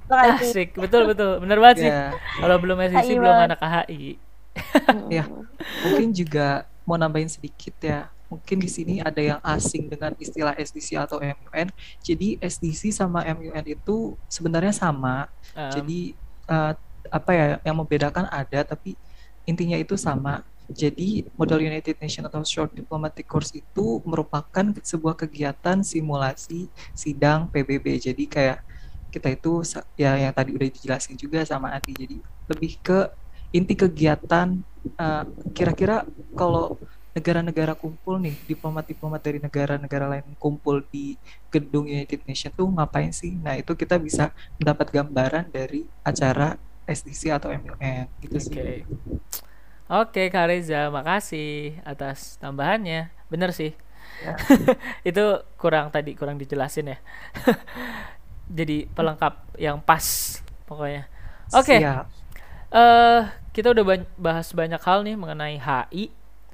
Asik, betul. Bener banget sih.
Ya,
Kalau belum SDC
HI
belum
banget.
anak HI.
ya. Mungkin juga mau nambahin sedikit ya. Mungkin di sini ada yang asing dengan istilah SDC atau MUN. Jadi SDC sama MUN itu sebenarnya sama. Jadi apa ya yang membedakan ada, tapi intinya itu sama. Jadi model United Nations atau Short Diplomatic Course itu merupakan sebuah kegiatan simulasi sidang PBB. Jadi kayak kita itu ya yang tadi udah dijelasin juga sama Adi. Jadi lebih ke inti kegiatan, kira-kira kalau negara-negara kumpul nih, diplomat-diplomat dari negara-negara lain kumpul di gedung United Nations tuh ngapain sih? Nah, itu kita bisa mendapat gambaran dari acara SDC atau MUN gitu sih.
Oke, Kak Reza, makasih atas tambahannya. Bener sih.
Ya.
Itu kurang dijelasin ya. Jadi pelengkap yang pas pokoknya. Oke.
Siap.
Kita udah bahas banyak hal nih mengenai HI.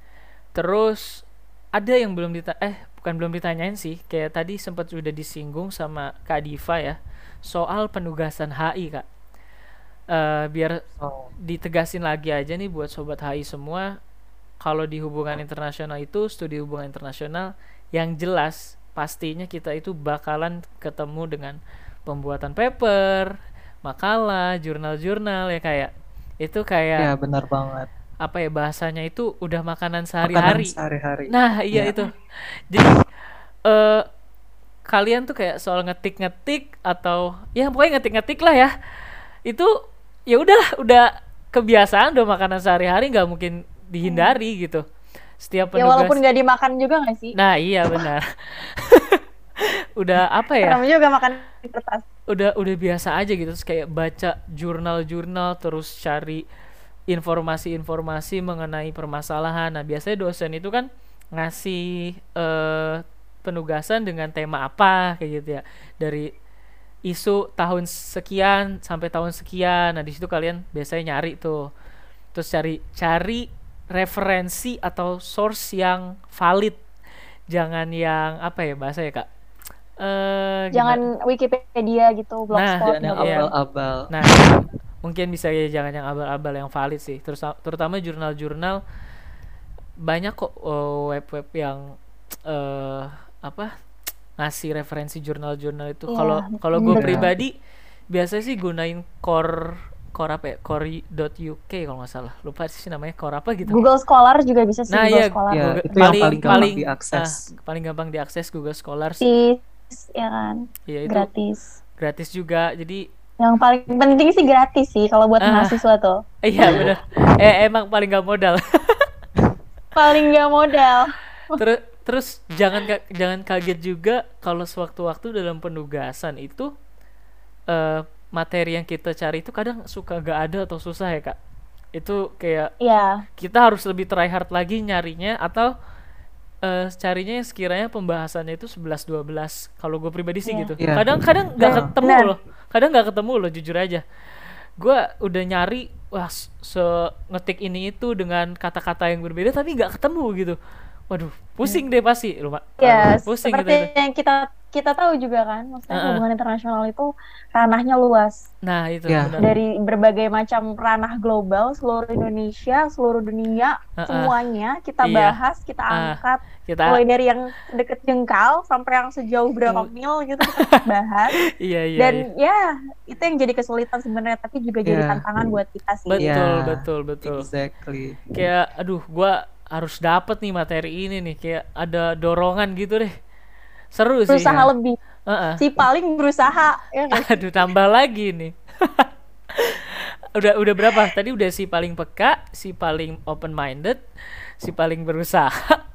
Terus ada yang bukan belum ditanyain sih, kayak tadi sempat sudah disinggung sama Kak Diva ya, soal penugasan HI, Kak. Biar ditegasin lagi aja nih buat sobat HI semua, kalau di hubungan internasional itu, studi hubungan internasional, yang jelas pastinya kita itu bakalan ketemu dengan pembuatan paper, makalah, jurnal-jurnal ya, kayak itu kayak
ya benar banget.
Apa ya bahasanya itu udah makanan sehari-hari.
Nah,
iya
ya.
itu. Jadi kalian tuh kayak soal ngetik-ngetik atau ya pokoknya ngetik-ngetik lah ya. Itu ya udah kebiasaan, udah makanan sehari-hari, nggak mungkin dihindari gitu. Setiap penugas.
Ya walaupun nggak dimakan juga nggak sih?
Nah iya benar. Udah apa ya?
Kami juga makan di kertas.
Udah biasa aja gitu, terus kayak baca jurnal-jurnal, terus cari informasi-informasi mengenai permasalahan. Nah biasanya dosen itu kan ngasih penugasan dengan tema apa kayak gitu ya, dari isu tahun sekian sampai tahun sekian. Nah di situ kalian biasanya nyari tuh, terus cari referensi atau source yang valid, jangan yang apa ya bahasa ya Kak,
jangan Wikipedia gitu, blogspot.
Jangan yang abal-abal.
Nah mungkin bisa ya jangan yang abal-abal, yang valid sih. Terus terutama jurnal-jurnal, banyak kok web-web yang ngasih referensi jurnal-jurnal itu. Kalau gue pribadi biasanya sih gunain core apa ya, core.uk kalau nggak salah, lupa sih namanya, core apa gitu.
Google Scholar juga bisa sih.
Nah
Google
iya,
Scholar.
Ya, itu yang paling gampang diakses.
Paling gampang diakses Google Scholar
sih. Ya kan,
ya, itu gratis juga. Jadi
yang paling penting sih gratis sih kalau buat mahasiswa tuh.
Iya benar. Emang paling gak modal.
Paling gak modal.
Terus jangan kaget juga kalau sewaktu-waktu dalam penugasan itu materi yang kita cari itu kadang suka gak ada atau susah ya Kak. Itu kayak kita harus lebih try hard lagi nyarinya, atau carinya yang sekiranya pembahasannya itu 11-12. Kalau gue pribadi sih gitu. Kadang gak ketemu loh. Kadang gak ketemu loh, jujur aja. Gue udah nyari, wah ngetik ini itu dengan kata-kata yang berbeda tapi gak ketemu gitu. Waduh, pusing deh pasti.
Ya,
Pusing gitu
seperti
itu.
yang kita tahu juga kan, maksudnya
Heeh.
hubungan internasional itu ranahnya luas.
Nah, itu
Ya,
benar.
Dari berbagai macam ranah global, seluruh Indonesia, seluruh dunia,
Heeh.
semuanya kita
Iya.
bahas, kita
Ah,
angkat.
kita
Mulai dari yang deket jengkal sampai yang sejauh berapa mil gitu kita bahas.
iya iya iya.
Dan ya, itu yang jadi kesulitan sebenarnya, tapi juga jadi
ya,
tantangan buat kita sih.
Betul,
ya,
betul, betul.
exactly.
Kayak aduh, gua harus dapet nih materi ini nih, kayak ada dorongan gitu deh. Seru sih.
Berusaha
Ya.
lebih.
Heeh.
Si paling berusaha, ya nggak sih?
Aduh, tambah lagi nih. Udah berapa? Tadi udah si paling peka, si paling open minded, si paling berusaha.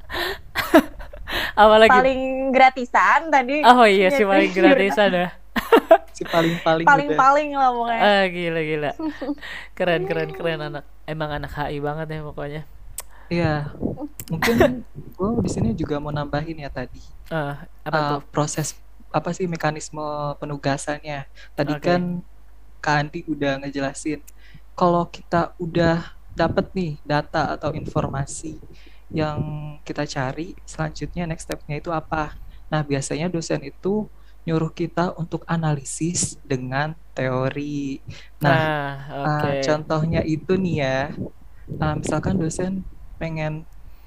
Apalagi?
Paling gratisan tadi.
Oh iya, si paling gratisan ya.
Si paling-paling udah.
Paling-paling lah pokoknya.
Ah, gila. Keren anak. Emang anak HI banget ya pokoknya.
Iya, mungkin gue di sini juga mau nambahin ya tadi.
Apa tuh?
Proses apa sih mekanisme penugasannya? Tadi
Oke.
kan Kak Andi udah ngejelasin. Kalau kita udah dapet nih data atau informasi yang kita cari, selanjutnya next step-nya itu apa? Nah, biasanya dosen itu nyuruh kita untuk analisis dengan teori. Nah,
Oke.
contohnya itu nih ya, misalkan dosen pengen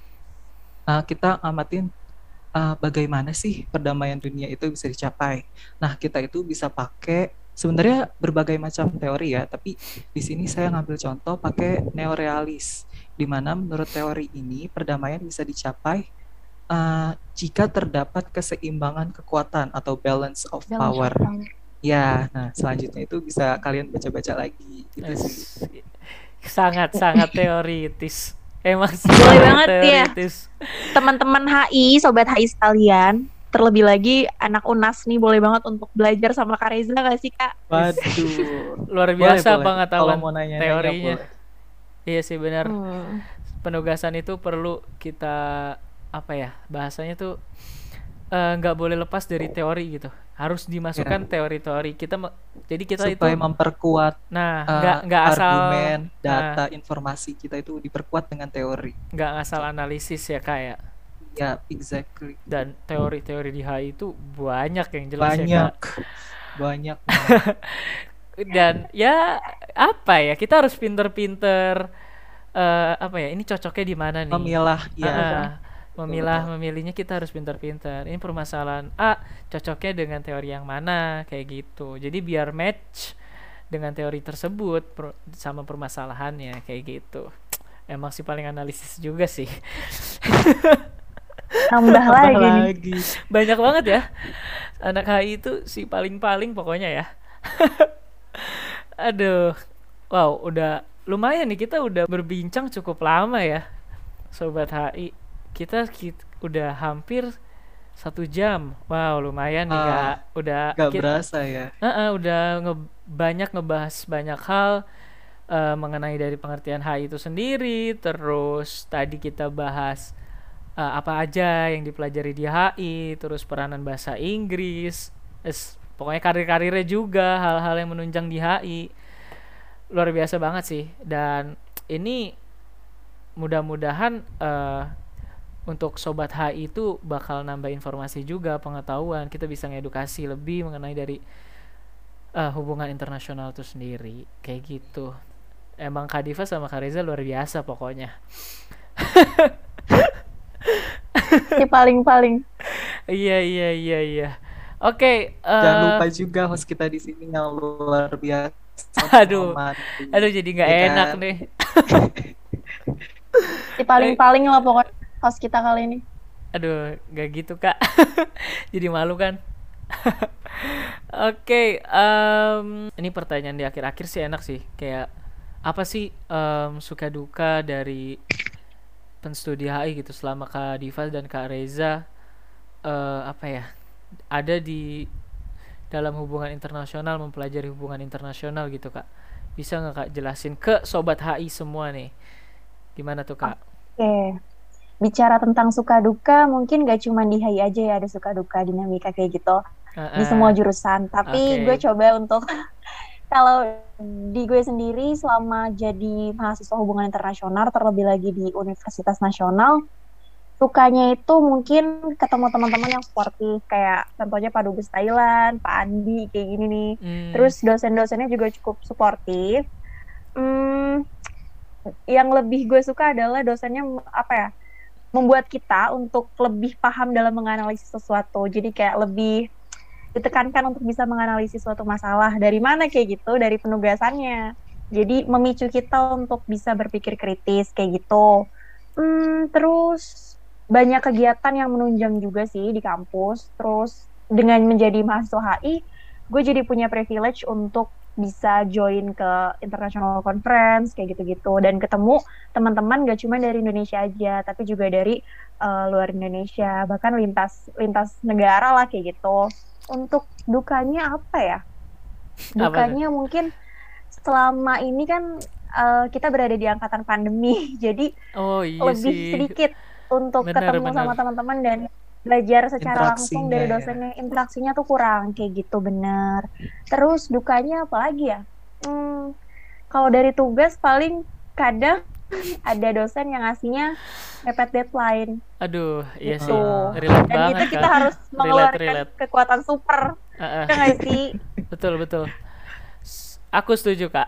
kita ngamatin bagaimana sih perdamaian dunia itu bisa dicapai. Nah, kita itu bisa pakai sebenarnya berbagai macam teori ya, tapi di sini saya ngambil contoh pakai neorealis, di mana menurut teori ini perdamaian bisa dicapai jika terdapat keseimbangan kekuatan atau balance of power. Ya, nah selanjutnya itu bisa kalian baca-baca lagi. Gitu sih.
Sangat teoritis. Emang
Boleh banget ya.
teoritis.
Teman-teman HI, sobat HI sekalian, terlebih lagi anak UNAS nih boleh banget untuk belajar sama Kak Reza gak sih Kak?
Waduh.
Luar biasa
Boleh.
pengetahuan
Kalau mau nanya
teorinya.
boleh.
Iya sih benar. Penugasan itu perlu kita apa ya? Bahasanya tuh nggak boleh lepas dari teori gitu. Harus dimasukkan teori-teori kita. Jadi kita
supaya
itu
memperkuat
nggak asal
argumen, data, informasi kita itu diperkuat dengan teori.
Nggak asal analisis ya kayak.
Ya, exactly.
Dan teori-teori di HI itu banyak yang jelas ya Kak.
Banyak.
Dan ya apa ya, kita harus pinter-pinter apa ya, ini cocoknya di mana nih, memilihnya kita harus pinter-pinter. Ini permasalahan A cocoknya dengan teori yang mana, kayak gitu. Jadi biar match dengan teori tersebut sama permasalahannya, kayak gitu. Emang sih paling analisis juga sih.
Nambah lagi.
Banyak banget ya anak HI itu, si paling pokoknya ya. Aduh, wow, udah lumayan nih, kita udah berbincang cukup lama ya sobat HI. Kita udah hampir 1 jam. Wow, lumayan nih Kak. Udah
gak berasa ya.
Udah banyak ngebahas banyak hal mengenai dari pengertian HI itu sendiri. Terus tadi kita bahas apa aja yang dipelajari di HI, terus peranan bahasa Inggris, pokoknya karir-karirnya juga, hal-hal yang menunjang di HI. Luar biasa banget sih. Dan ini mudah-mudahan untuk sobat HI itu bakal nambah informasi juga, pengetahuan. Kita bisa ngedukasi lebih mengenai dari hubungan internasional itu sendiri, kayak gitu. Emang Kak Diva sama Kak Reza luar biasa pokoknya.
Si paling.
Iya. Oke.
Jangan lupa juga host kita di sini yang luar biasa.
Aduh, jadi nggak enak nih.
Si paling lah pokoknya host kita kali ini.
Aduh, nggak gitu Kak. Jadi malu kan. Oke, ini pertanyaan di akhir-akhir sih enak sih. Kayak apa sih suka duka dari penstudi HI gitu selama Kak Diva dan Kak Reza apa ya, ada di dalam hubungan internasional, mempelajari hubungan internasional gitu Kak. Bisa nggak Kak jelasin ke sobat HI semua nih, gimana tuh Kak?
Oke. Bicara tentang suka duka, mungkin gak cuma di HI aja ya ada suka duka, dinamika kayak gitu di semua jurusan. Tapi gue coba untuk kalau di gue sendiri selama jadi mahasiswa hubungan internasional, terlebih lagi di Universitas Nasional, Dukanya itu mungkin ketemu teman-teman yang sportif, kayak contohnya Pak Dubes Thailand, Pak Andi, kayak gini nih. Terus dosen-dosennya juga cukup suportif. Hmm, yang lebih gue suka adalah dosennya apa ya, membuat kita untuk lebih paham dalam menganalisis sesuatu. Jadi kayak lebih ditekankan untuk bisa menganalisis suatu masalah. Dari mana kayak gitu? Dari penugasannya. Jadi memicu kita untuk bisa berpikir kritis kayak gitu. Terus banyak kegiatan yang menunjang juga sih di kampus. Terus dengan menjadi mahasiswa HI, gue jadi punya privilege untuk bisa join ke international conference kayak gitu-gitu dan ketemu teman-teman gak cuma dari Indonesia aja tapi juga dari luar Indonesia, bahkan lintas lintas negara lah kayak gitu. Untuk dukanya apa ya? Dukanya mungkin selama ini kan kita berada di angkatan pandemi, jadi lebih sedikit untuk ketemu sama teman-teman dan belajar secara langsung dari dosennya. Interaksinya tuh kurang kayak gitu, bener. Terus dukanya apa lagi ya? Kalau dari tugas paling kadang ada dosen yang ngasihnya mepet deadline.
Aduh, iya
gitu.
sih. Relate
dan
banget,
itu kita harus mengeluarkan kekuatan super. Ya nggak sih?
Betul. Aku setuju, Kak.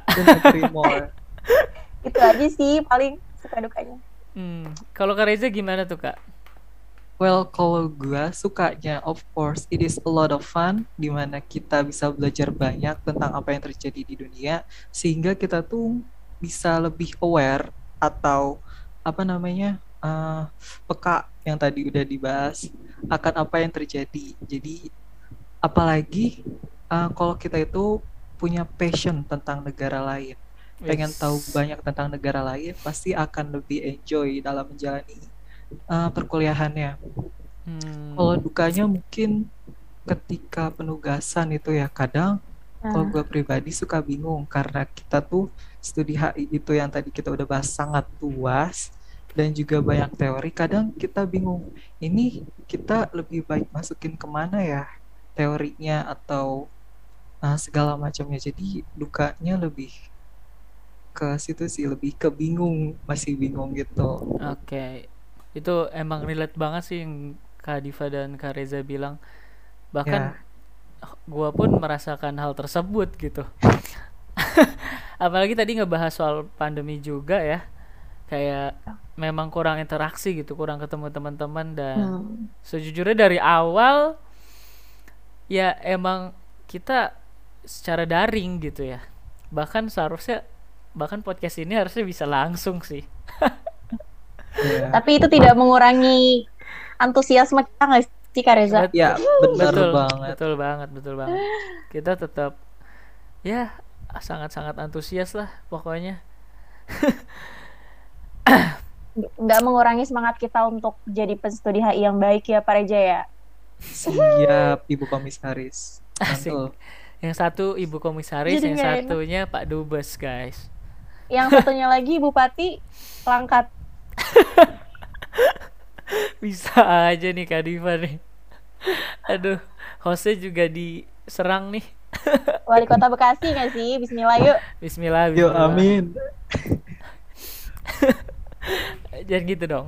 Itu aja sih paling suka dukanya.
Kalau Kak Reza gimana tuh, Kak?
Well, kalau gue sukanya, of course, it is a lot of fun, dimana kita bisa belajar banyak tentang apa yang terjadi di dunia, sehingga kita tuh bisa lebih aware atau peka yang tadi udah dibahas akan apa yang terjadi. Jadi, apalagi kalau kita itu punya passion tentang negara lain, pengen tahu banyak tentang negara lain, pasti akan lebih enjoy dalam menjalani perkuliahannya. Kalau dukanya mungkin ketika penugasan itu ya kadang kalau gue pribadi suka bingung karena kita tuh studi HI itu yang tadi kita udah bahas sangat luas dan juga banyak teori. Kadang kita bingung ini kita lebih baik masukin kemana ya teorinya atau segala macamnya. Jadi dukanya lebih ke situ sih, lebih ke masih bingung gitu.
Oke. Itu emang relate banget sih yang Kak Diva dan Kak Reza bilang. Bahkan gue pun merasakan hal tersebut gitu. Apalagi tadi ngebahas soal pandemi juga ya. Kayak memang kurang interaksi gitu, kurang ketemu teman-teman. Dan sejujurnya dari awal ya emang kita secara daring gitu ya. Bahkan podcast ini harusnya bisa langsung sih.
Tapi itu tidak mengurangi antusiasme kita nggak sih, Kak Reza?
Ya, betul banget.
Kita tetap ya sangat-sangat antusias lah pokoknya.
Nggak mengurangi semangat kita untuk jadi penstudi HI yang baik ya, Pak Reza ya.
Siap, Ibu Komisaris.
Asik. Yang satu Ibu Komisaris, yang satunya Pak Dubes, guys.
Yang satunya lagi Bupati Langkat.
Bisa aja nih Kak Diva nih. Aduh, hostnya juga diserang nih.
Wali Kota Bekasi nggak sih? Bismillah yuk.
Bismillah.
Yuk, amin.
Jangan gitu dong.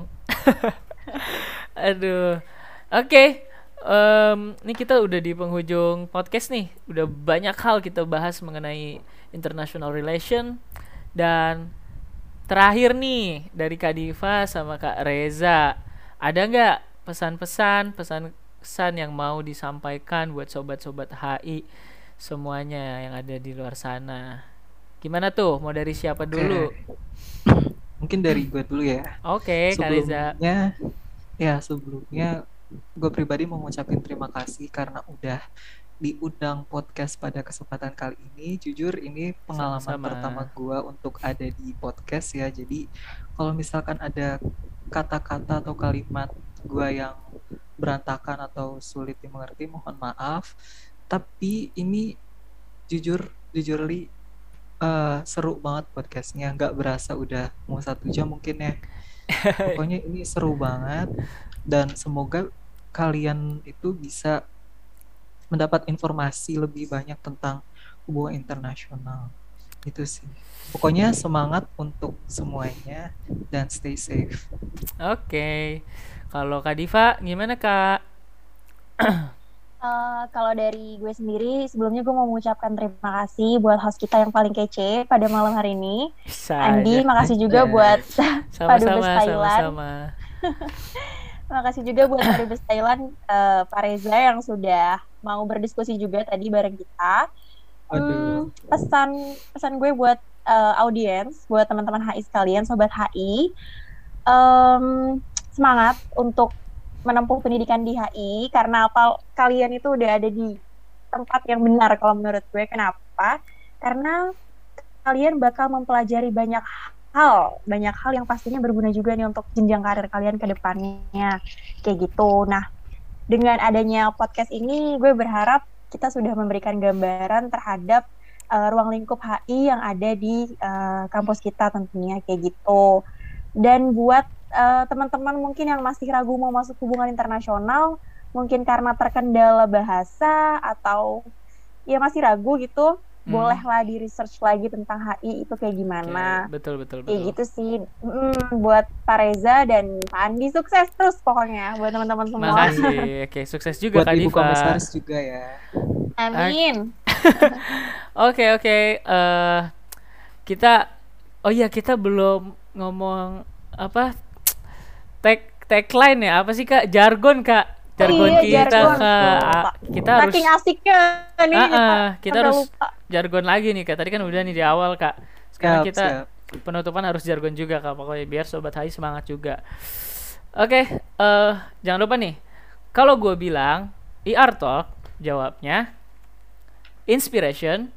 Aduh. Oke. Ini kita udah di penghujung podcast nih. Udah banyak hal kita bahas mengenai international relation. Dan terakhir nih dari Kak Diva sama Kak Reza, ada nggak pesan-pesan yang mau disampaikan buat sobat-sobat HI semuanya yang ada di luar sana? Gimana tuh? Mau dari siapa dulu?
Mungkin dari gue dulu ya.
Oke, Kak Reza.
Sebelumnya gue pribadi mau ngucapin terima kasih karena udah diundang podcast pada kesempatan kali ini. Jujur ini pengalaman pertama gue untuk ada di podcast ya. Jadi kalau misalkan ada kata-kata atau kalimat gue yang berantakan atau sulit dimengerti, mohon maaf. Tapi ini jujurly seru banget podcastnya. Nggak berasa udah mau 1 jam mungkin ya. Pokoknya ini seru banget. Dan semoga kalian itu bisa mendapat informasi lebih banyak tentang hubungan internasional. Itu sih. Pokoknya semangat untuk semuanya dan stay safe.
Oke. Kalau Kak Diva gimana Kak?
Kalau dari gue sendiri, sebelumnya gue mau mengucapkan terima kasih buat host kita yang paling kece pada malam hari ini.
Bisa aja.
Andi, makasih juga buat Padubes
Sama-sama,
Thailand.
sama-sama.
Makasih juga buat Padubes Thailand, Pak Reza yang sudah mau berdiskusi juga tadi bareng kita.
Aduh.
Pesan gue buat audiens, buat teman-teman HI sekalian, sobat HI, semangat untuk menempuh pendidikan di HI karena apa, kalian itu udah ada di tempat yang benar kalau menurut gue. Kenapa? Karena kalian bakal mempelajari banyak hal yang pastinya berguna juga nih untuk jenjang karir kalian ke depannya, kayak gitu. Nah, dengan adanya podcast ini, gue berharap kita sudah memberikan gambaran terhadap ruang lingkup HI yang ada di kampus kita tentunya, kayak gitu. Dan buat teman-teman mungkin yang masih ragu mau masuk hubungan internasional, mungkin karena terkendala bahasa atau ya masih ragu gitu, bolehlah di research lagi tentang HI itu kayak gimana.
Betul.
Kayak gitu sih. Buat Pak Reza dan Pak Andi, sukses terus pokoknya buat teman-teman semua.
Makasih. Oke, sukses juga
Buat
Kak
Ibu
Diva.
Komisaris juga ya.
Amin.
Oke. Kita belum ngomong apa tagline ya, apa sih Kak? Jargon Kak. Jargon kita
jargon.
Kak. Kita harus
Saking asiknya nih
kita harus jargon lagi nih Kak. Tadi kan udah nih di awal Kak. Sekarang kita penutupan harus jargon juga Kak. Pokoknya biar sobat HI semangat juga. Oke, jangan lupa nih. Kalau gue bilang IR Talk, jawabnya inspiration,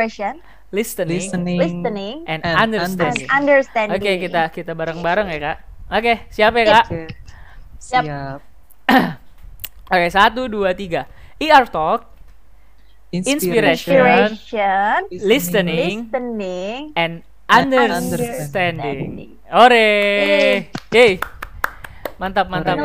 listening, and understanding. Oke, kita bareng-bareng ya Kak. Oke, siap ya Kak?
Siap.
Oke, 1, 2, 3. IR Talk, inspiration, listening, and understanding. Ore. Yeay. Mantap.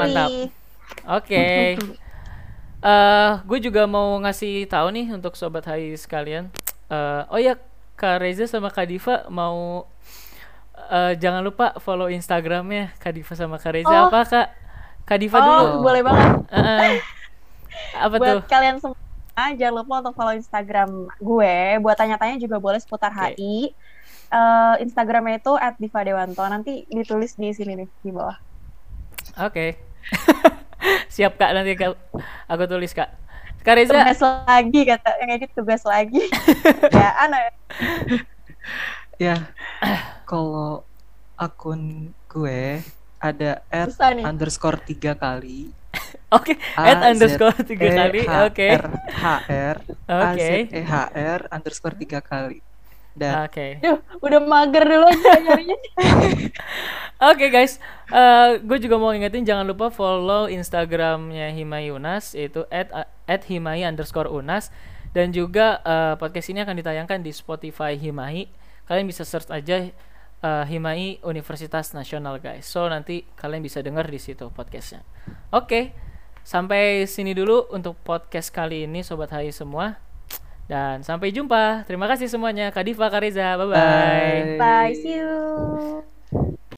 Oke. Gue juga mau ngasih tahu nih untuk sobat HI sekalian. Oh ya, Kak Reza sama Kak Diva mau jangan lupa follow Instagramnya Kak Diva sama Kak Reza. Apa Kak? Kak Diva dulu.
Boleh banget.
Apa
buat
tuh?
Kalian semua jangan lupa untuk follow Instagram gue. Buat tanya-tanya juga boleh seputar HI. Instagramnya itu @divadewanto. Nanti ditulis di sini nih di bawah.
Oke. Siap Kak, nanti aku tulis Kak. Kak Reza.
Tugas lagi kata yang edit, tugas lagi. Ya aneh.
Ya, kalau akun gue ada _3 kali.
Oke, @_3 kali. Oke.
HR AZEHR _3 kali. Dan
udah mager dulu aja nyarinya.
Oke guys, gue juga mau ingetin jangan lupa follow Instagramnya Himai Unas, yaitu @himai_unas, dan juga podcast ini akan ditayangkan di Spotify Himai. Kalian bisa search aja Himai Universitas Nasional guys. So nanti kalian bisa dengar di situ podcastnya. Oke, sampai sini dulu untuk podcast kali ini sobat HI semua. Dan sampai jumpa. Terima kasih semuanya. Kak Diva, Kak Reza. Bye-bye.
Bye. See you.